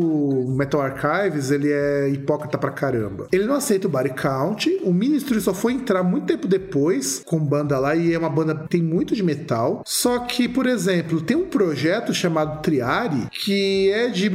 o Metal Archives, ele é hipócrita pra caramba. Ele não aceita o body count, o Ministry só foi entrar muito tempo depois com banda lá, e é uma banda que tem muito de metal, só que, por exemplo, tem um projeto chamado Triari, que é de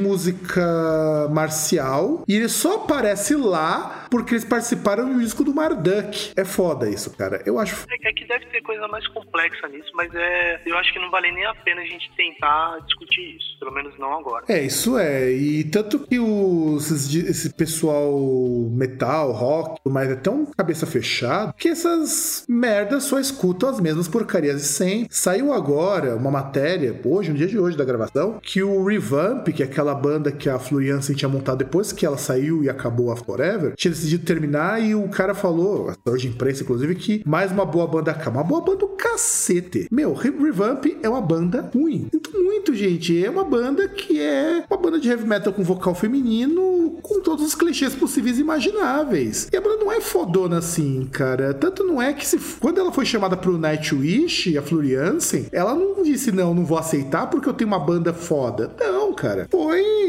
música marcial, e ele só aparece lá porque eles participaram do disco do Marduk. É foda isso, cara. Eu acho... É que deve ter coisa mais complexa nisso, mas é... eu acho que não vale nem a pena a gente tentar discutir isso, pelo menos não agora. É, isso é. E tanto que os, esse pessoal metal, rock, mas é tão cabeça fechada que essas merdas só escutam as mesmas porcarias de sempre. Saiu agora uma matéria, hoje, no dia de hoje da gravação, que o Revamp, que é aquela banda que a Floriansen tinha montado depois que ela saiu e acabou a Forever, tinha decidido terminar, e o cara falou, a de imprensa inclusive, que mais uma boa banda acaba. Uma boa banda do cacete. Meu, Revamp é uma banda ruim. Sinto muito, gente. É uma banda que é uma banda de heavy metal com vocal feminino, com todos os clichês possíveis e imagináveis. E a banda não é fodona assim, cara. Tanto não é que se quando ela foi chamada pro Nightwish, a Floriansen, ela não disse, não, não vou aceitar porque eu tenho uma banda foda. Não, cara. Foi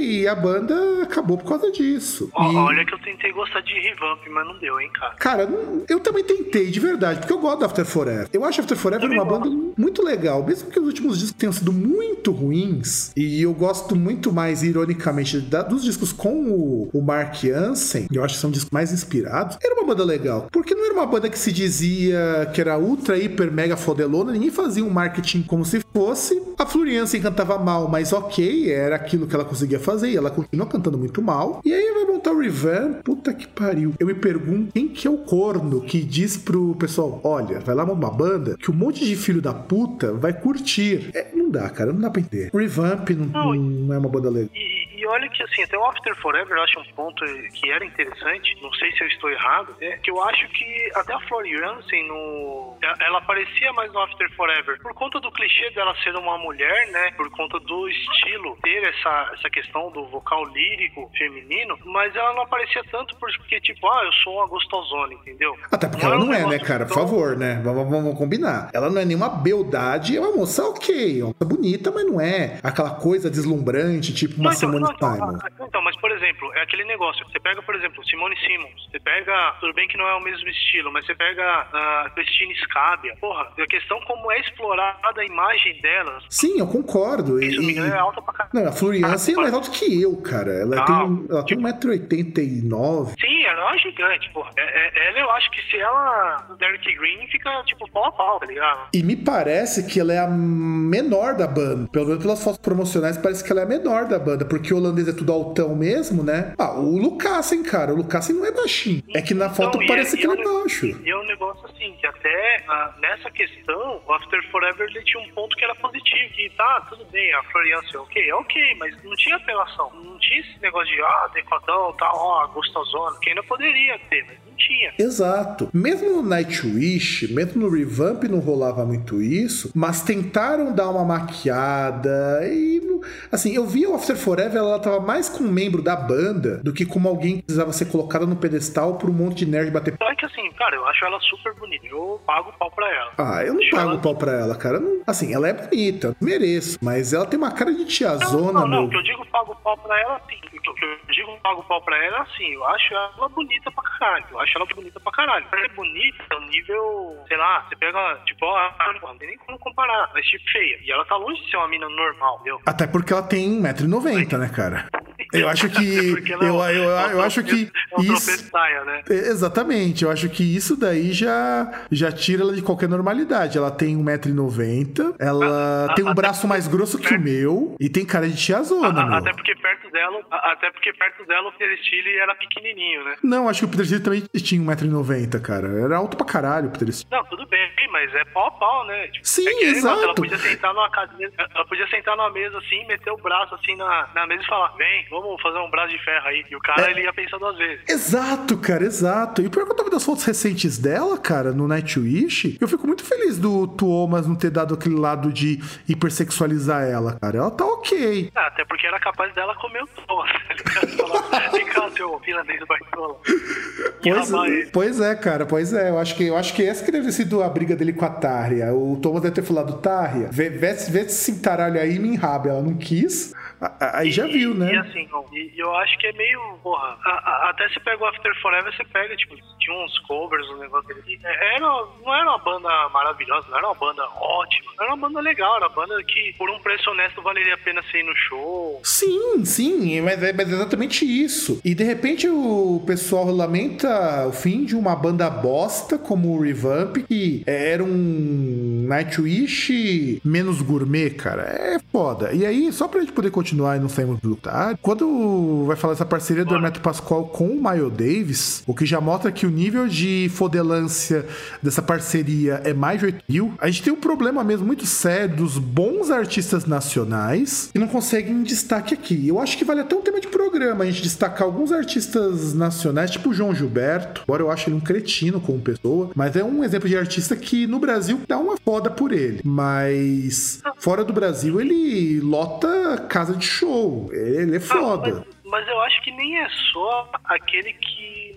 e a banda acabou por causa disso. Oh, e... Olha que eu tentei gostar de Revamp, mas não deu, hein, cara. Cara, eu também tentei, de verdade, porque eu gosto do After Forever. Eu acho After Forever uma banda muito legal, mesmo que os últimos discos tenham sido muito ruins, e eu gosto muito mais, ironicamente, da, dos discos com o, o Mark Jansen, eu acho que são discos mais inspirados, era uma banda legal, porque não era uma banda que se dizia que era ultra, hiper, mega fodelona, ninguém fazia um marketing como se fosse. A Floriansen cantava mal, mas ok, era aquilo que ela conseguia fazer, e ela continua cantando muito mal, e aí vai montar o Revamp, puta que pariu. Eu me pergunto quem que é o corno que diz pro pessoal, olha, vai lá uma banda que um monte de filho da puta vai curtir. É, não dá, cara, não dá pra entender. Revamp não, não, não é uma banda legal. E, e olha que assim, até o After Forever eu acho um ponto que era interessante, não sei se eu estou errado, é que eu acho que até a Floriansen no... ela aparecia mais no After Forever por conta do clichê dela ser uma mulher, né, por conta do estilo ter essa, essa questão do vocal lírico feminino, mas ela não aparecia tanto porque tipo, ah, eu sou uma gostosona, entendeu? Até porque não ela não é, né, cara, por favor, né, vamos, vamos combinar. Ela não é nenhuma beldade, é uma moça ok, é uma moça bonita, mas não é aquela coisa deslumbrante, tipo uma não, Simone não, então, Simon. Então, mas por exemplo, é aquele negócio, você pega, por exemplo, Simone Simmons, você pega, tudo bem que não é o mesmo estilo, mas você pega a uh, Christine Scabia, porra, a questão como é explorada a imagem delas. Sim, eu concordo. Isso, e... é alta pra caralho. Não, a Floriansen ah, é mais alta que eu, cara. Ela ah, tem, ela tipo... tem um metro e oitenta e nove. Sim, ela é uma gigante, porra. É, é, ela, eu acho que se ela, o Derek Green, fica, tipo, pau a pau, tá ligado? E me parece que ela é a menor da banda. Pelo menos pelas fotos promocionais, parece que ela é a menor da banda, porque o holandês é tudo altão mesmo, né? Ah, o Lucassen, cara. O Lucassen não é baixinho. É que na então, foto parece é, que ele é baixo. E é um negócio assim, que até ah, nessa questão, o After Forever ele tinha um ponto que era positivo, que tá, tudo bem, a Floriansen é ok, é ok, mas não tinha apelação. Não tinha esse negócio de, ah, decodão, tal, ó, gostosona, que ainda poderia ter, mas não tinha. Exato. Mesmo no Nightwish, mesmo no Revamp não rolava muito isso, mas tentaram dar uma maquiada e, assim, eu vi o After Forever, ela tava mais com um membro da banda do que como alguém que precisava ser colocada no pedestal por um monte de nerd bater. É que assim, cara, eu acho ela super bonita, eu pago o pau pra ela. Ah, eu não Deixa pago ela... o pau pra ela, cara. Não, assim, ela é bonita, mereço, mas ela tem uma cara de tiazona, Não, não, não, meu. que eu digo pago o pau pra ela, sim. Que eu digo pago o pau pra ela, assim, eu acho ela bonita pra caralho. Eu acho ela bonita pra caralho. Ela é bonita, é um nível, sei lá, você pega, tipo, ó, não tem nem como comparar, mas tipo, feia. E ela tá longe de ser uma mina normal, entendeu? Até porque ela tem um metro e noventa, né, cara? Eu acho que. eu, eu, eu, eu acho que. Isso, né? Exatamente. Eu acho que isso daí já, já tira ela de qualquer normalidade. Ela tem um metro e noventa, ela a, tem um braço mais grosso que o meu e tem cara de tiazona, a, meu. Até porque perto dela, até porque perto dela o Peter Steele era pequenininho, né? Não, acho que o Peter Steele também tinha um metro e noventa, cara. Era alto pra caralho o Peter Steele. Não, tudo bem, mas é pau a pau, né? Tipo, Sim, é exato. Ela podia sentar numa cadeira, ela podia sentar numa mesa assim, meter o braço assim na, na mesa e falar, vem, vamos fazer um braço de ferro aí. E o cara, é... ele ia pensar duas vezes. Exato, cara, exato. E o pior que eu tô vendo as fotos recentes dela, cara, no Nightwish, eu fico muito feliz do Tuomas não ter dado aquele lado de hipersexualizar ela, cara. Ela tá ok. Ah, até porque era capaz dela comer o Tuomas. Vem cá, seu finlandês do Bartola. Pois, é, pois é, cara, pois é. Eu acho que, eu acho que essa que deve ter sido a briga dele com a Tarja. O Thomas deve ter falado, Tarja, vê, vê, vê esse cintaralho aí e me enraba. Ela não quis. Aí e, já viu, né? E assim, e, eu acho que é meio, porra, a, a, até se pega o After Forever, você pega, tipo, tinha uns covers, um negócio dele. Era, não era uma banda maravilhosa, não era uma banda ótima, era uma banda legal, era uma banda que, por um preço honesto, valeria a pena você ir no show. Sim, sim, mas é, mas é exatamente isso. E de repente o pessoal lamenta o fim de uma banda bosta como o Revamp, que era um Nightwish menos gourmet, cara. É foda. E aí, só pra gente poder continuar e não sairmos do lugar, quando vai falar essa parceria do Hermeto Pascoal com o Miles Davis, o que já mostra que o nível de fodelância dessa parceria é mais de oito mil, a gente tem um problema mesmo muito sério dos bons artistas nacionais que não conseguem destaque aqui. Eu acho que vale até um tema de programa a gente destacar alguns artistas nacionais, tipo o João Gilberto, embora eu ache ele um cretino como pessoa, mas é um exemplo de artista que no Brasil dá uma foda por ele, mas fora do Brasil ele lota casa de show, ele é foda. Ah, mas, mas eu acho que nem é só aquele que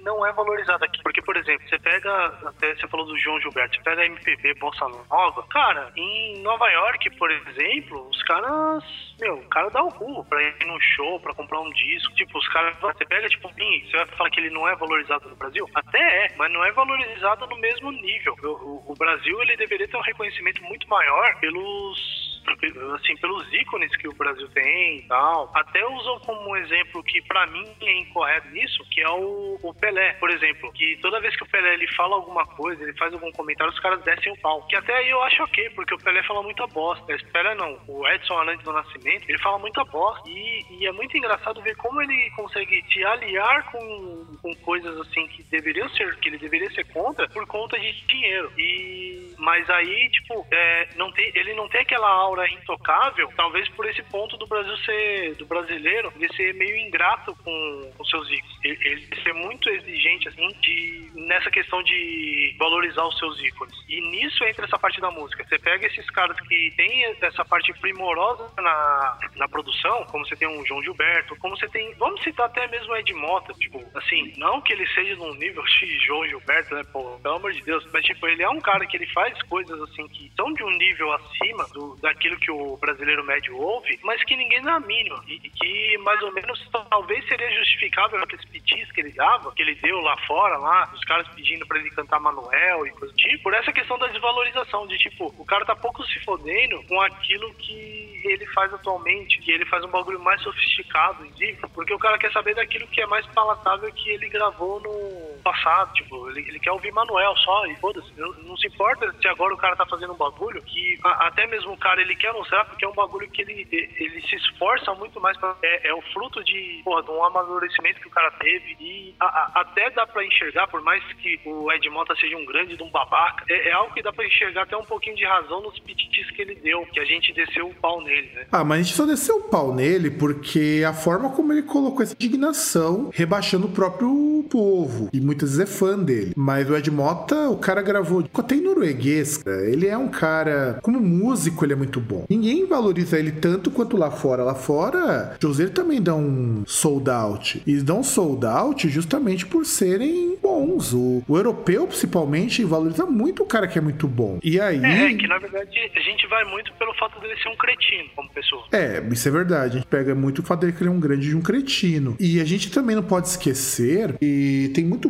não é valorizado aqui. Porque, por exemplo, você pega, até você falou do João Gilberto, você pega a M P B Bossa Nova, cara, em Nova York, por exemplo, os caras, meu, o cara dá o cu pra ir num show, pra comprar um disco, tipo, os caras, você pega, tipo, você vai falar que ele não é valorizado no Brasil? Até é, mas não é valorizado no mesmo nível. O, o, o Brasil, ele deveria ter um reconhecimento muito maior pelos, assim, pelos ícones que o Brasil tem e tal. Até usam como um exemplo que pra mim é incorreto nisso, que é o, o Pelé, por exemplo, que toda vez que o Pelé ele fala alguma coisa, ele faz algum comentário, os caras descem o pau. Que até aí eu acho ok, porque o Pelé fala muita bosta. Esse Pelé não, o Edson Arantes do Nascimento, ele fala muita bosta. E, e é muito engraçado ver como ele consegue se aliar com, com coisas assim que deveriam ser, que ele deveria ser contra, por conta de dinheiro. E, mas aí, tipo, é, não tem, ele não tem aquela aura intocável, talvez por esse ponto do Brasil ser, do brasileiro, ele ser meio ingrato com os seus ícones. Ele, ele ser muito exigente, assim, de, nessa questão de valorizar os seus ícones. E nisso entra essa parte da música. Você pega esses caras que tem essa parte primorosa na, na produção, como você tem um João Gilberto, como você tem, vamos citar até mesmo o Ed Mota, tipo, assim, não que ele seja num nível de João Gilberto, né, pô, pelo amor de Deus, mas tipo, ele é um cara que ele faz coisas assim que são de um nível acima do, daquilo que o brasileiro médio ouve, mas que ninguém dá a mínima, e que mais ou menos talvez seria justificável aqueles petis que ele dava, que ele deu lá fora, lá, os caras pedindo pra ele cantar Manuel e coisa do tipo, por essa questão da desvalorização, de tipo, o cara tá pouco se fodendo com aquilo que ele faz atualmente, que ele faz um bagulho mais sofisticado, inclusive, porque o cara quer saber daquilo que é mais palatável que ele gravou no passado, tipo, ele, ele quer ouvir Manuel só, e foda-se, não, não se importa se agora o cara tá fazendo um bagulho que a, até mesmo o cara ele quer mostrar, porque é um bagulho que ele, ele se esforça muito mais pra, é, é o fruto de, porra, de um amadurecimento que o cara teve, e a, a, até dá pra enxergar, por mais que o Ed Mota seja um grande de um babaca, é, é algo que dá pra enxergar até um pouquinho de razão nos pititis que ele deu, que a gente desceu o pau nele, né? Ah, mas a gente só desceu o pau nele porque a forma como ele colocou essa indignação, rebaixando o próprio povo, e muitas vezes é fã dele. Mas o Ed Mota, o cara gravou até em norueguês, cara. Ele é um cara, como músico, ele é muito bom. Ninguém valoriza ele tanto quanto lá fora. Lá fora, José também dá um sold out. E dão um sold out justamente por serem bons. O, o europeu, principalmente, valoriza muito o cara que é muito bom. E aí... É, que na verdade a gente vai muito pelo fato dele ser um cretino como pessoa. É, isso é verdade. A gente pega muito o fato dele que ele é um grande de um cretino. E a gente também não pode esquecer que tem muito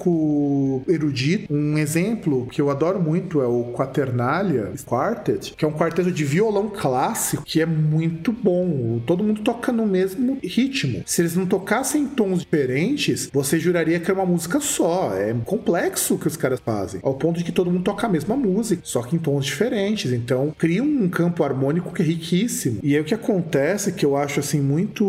músico erudito. Um exemplo que eu adoro muito é o Quaternalia Quartet, que é um quarteto de violão clássico que é muito bom. Todo mundo toca no mesmo ritmo. Se eles não tocassem em tons diferentes, você juraria que é uma música só. É complexo o que os caras fazem, ao ponto de que todo mundo toca a mesma música, só que em tons diferentes. Então, cria um campo harmônico que é riquíssimo. E aí o que acontece, que eu acho assim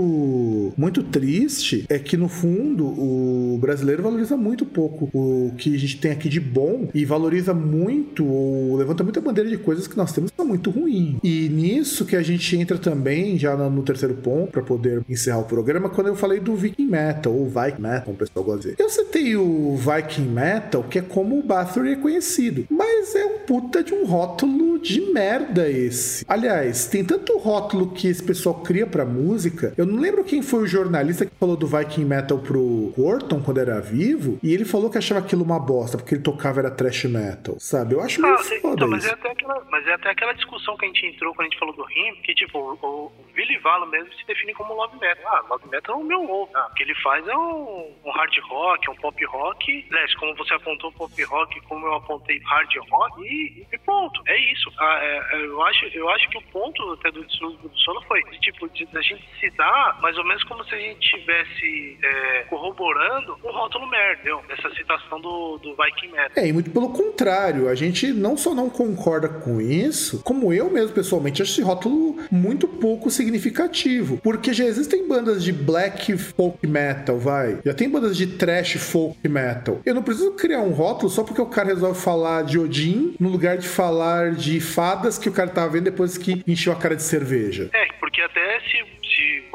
muito muito triste, é que no fundo o brasileiro valoriza muito pouco o que a gente tem aqui de bom, e valoriza muito, ou levanta muita bandeira de coisas que nós temos que são muito ruins. E nisso que a gente entra também, já no, no terceiro ponto, para poder encerrar o programa, quando eu falei do Viking Metal, ou Viking Metal, como o pessoal gosta de dizer. Eu citei o Viking Metal, que é como o Bathory é conhecido, mas é um puta de um rótulo de merda esse. Aliás, tem tanto rótulo que esse pessoal cria pra música. Eu não lembro quem foi o jornalista que falou do Viking Metal pro Orton quando era vivo, e ele falou que achava aquilo uma bosta, porque ele tocava era thrash metal, sabe? Eu acho ah, muito sim, foda então, mas isso. é, até aquela, mas é até aquela discussão que a gente entrou quando a gente falou do Rim, que tipo, o, o Billy Valo mesmo se define como love metal. Ah, love metal é o meu ovo. Ah, o que ele faz é um, um hard rock, um pop rock. Aliás, como você apontou pop rock, como eu apontei hard rock, e, e ponto. É isso. Ah, é, eu, acho, eu acho que o ponto até do discurso do Solo foi de, tipo, de, de a gente se dar mais ou menos como se a gente estivesse é, corroborando o rótulo merda, entendeu? Essa citação do, do Viking Metal. É, e muito pelo contrário, a gente não só não concorda com isso, como eu mesmo, pessoalmente, acho esse rótulo muito pouco significativo, porque já existem bandas de black folk metal, vai, já tem bandas de trash folk metal. Eu não preciso criar um rótulo só porque o cara resolve falar de Odin no lugar de falar de fadas que o cara tava vendo depois que encheu a cara de cerveja. É, porque até se, se vamos supor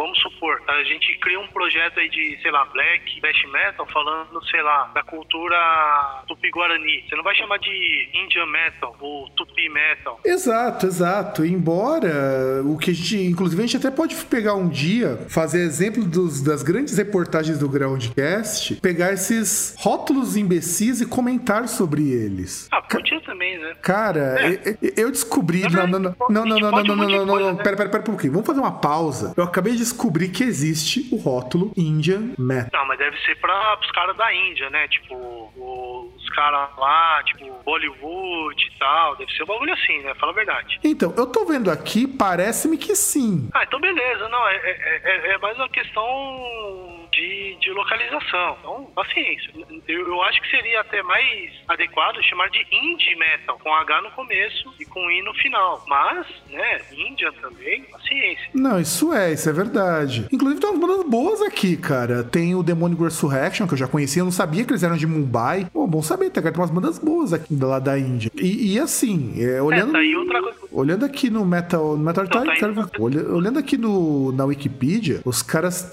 supor, a gente cria um projeto aí de, sei lá, black, thrash metal, falando, sei lá, da cultura tupi-guarani. Você não vai chamar de Indian metal ou tupi metal. Exato, exato. Embora o que a gente, inclusive a gente até pode pegar um dia, fazer exemplo dos, das grandes reportagens do Groundcast, pegar esses rótulos imbecis e comentar sobre eles. Ah, podia também, né? Cara, é. eu, eu descobri... Não, não, não, não, não, não, não, não, não, não, não, pera, pera, pera um pouquinho. Vamos fazer uma pausa. Eu acabei de descobrir que existe o rótulo Indian Metal. Não, mas deve ser para os caras da Índia, né? Tipo, os caras lá, tipo, Bollywood e tal. Deve ser um bagulho assim, né? Fala a verdade. Então, eu tô vendo aqui, parece-me que sim. Ah, então beleza. Não, é, é, é, é mais uma questão de, de localização. Então, paciência. Eu, eu acho que seria até mais adequado chamar de indie metal, com H no começo e com I no final. Mas, né, Índia também, paciência. Não, isso é, isso é verdade. Inclusive tem umas bandas boas aqui, cara. Tem o Demonic Resurrection, que eu já conhecia, eu não sabia que eles eram de Mumbai. Pô, bom saber, tá, cara, tem umas bandas boas aqui lá da Índia. E, e assim, é, olhando... É, tá aí outra coisa. Olhando aqui no Metal... no Metal não, tá cara, olhando, olhando aqui no, na Wikipedia, os caras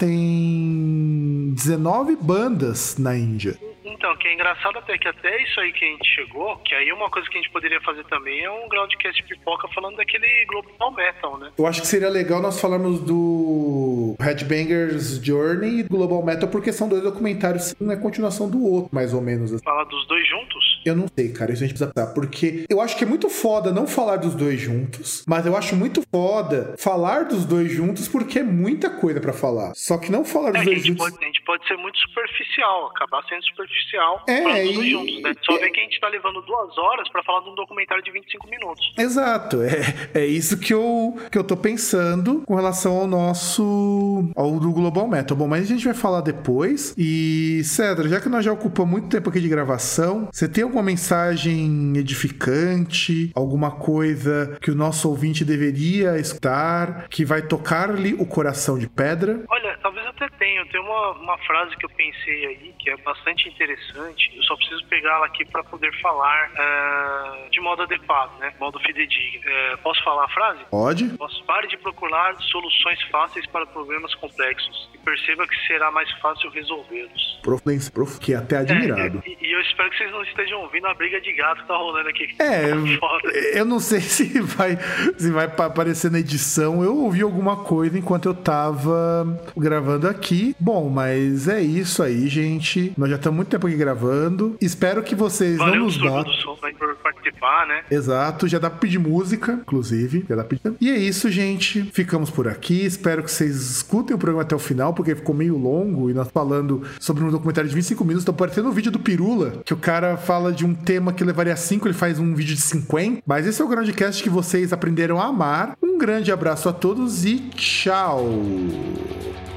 têm dezenove bandas na Índia. Então, que é engraçado até que até isso aí que a gente chegou, que aí uma coisa que a gente poderia fazer também é um Groundcast pipoca falando daquele Global Metal, né? Eu acho que seria legal nós falarmos do Headbangers Journey e Global Metal, porque são dois documentários, um é continuação do outro, mais ou menos. Falar dos dois juntos? Eu não sei, cara, isso a gente precisa pensar, porque eu acho que é muito foda não falar dos dois juntos, mas eu acho muito foda falar dos dois juntos porque é muita coisa pra falar. Só que não falar dos é, dois a juntos... Pode, a gente pode ser muito superficial, acabar sendo superficial. É, falando e... tudo juntos, né? Só é... ver que a gente tá levando duas horas pra falar de um documentário de vinte e cinco minutos. Exato, é, é isso que eu, que eu tô pensando com relação ao nosso... ao do Global Metal. Bom, mas a gente vai falar depois. E, Cedra, já que nós já ocupamos muito tempo aqui de gravação, você tem alguma mensagem edificante, alguma coisa que o nosso ouvinte deveria escutar, que vai tocar-lhe o coração de pedra? Olha, talvez até tenha. Tem uma, uma frase que eu pensei aí, que é bastante interessante. Eu só preciso pegá-la aqui para poder falar uh, de modo adequado, né? Modo fidedigno. Uh, posso falar a frase? Pode. Posso. Pare de procurar soluções fáceis para problemas complexos e perceba que será mais fácil resolvê-los. Prof, prof, que é até admirado. É, e, e eu espero que vocês não estejam ouvindo a briga de gato que tá rolando aqui. É, Foda. Eu não sei se vai, se vai aparecer na edição. Eu ouvi alguma coisa enquanto eu tava gravando aqui. Bom, mas é isso aí, gente. Nós já estamos muito tempo aqui gravando. Espero que vocês Valeu, não nos batam. Por participar, né? Exato, já dá pra pedir música, inclusive. Já dá pra pedir. E é isso, gente. Ficamos por aqui. Espero que vocês escutem o programa até o final, porque ficou meio longo e nós falando sobre um documentário de vinte e cinco minutos. Tô parecendo um vídeo do Pirula, que o cara fala de um tema que levaria cinco, ele faz um vídeo de cinquenta. Mas esse é o Groundcast que vocês aprenderam a amar. Um grande abraço a todos e tchau!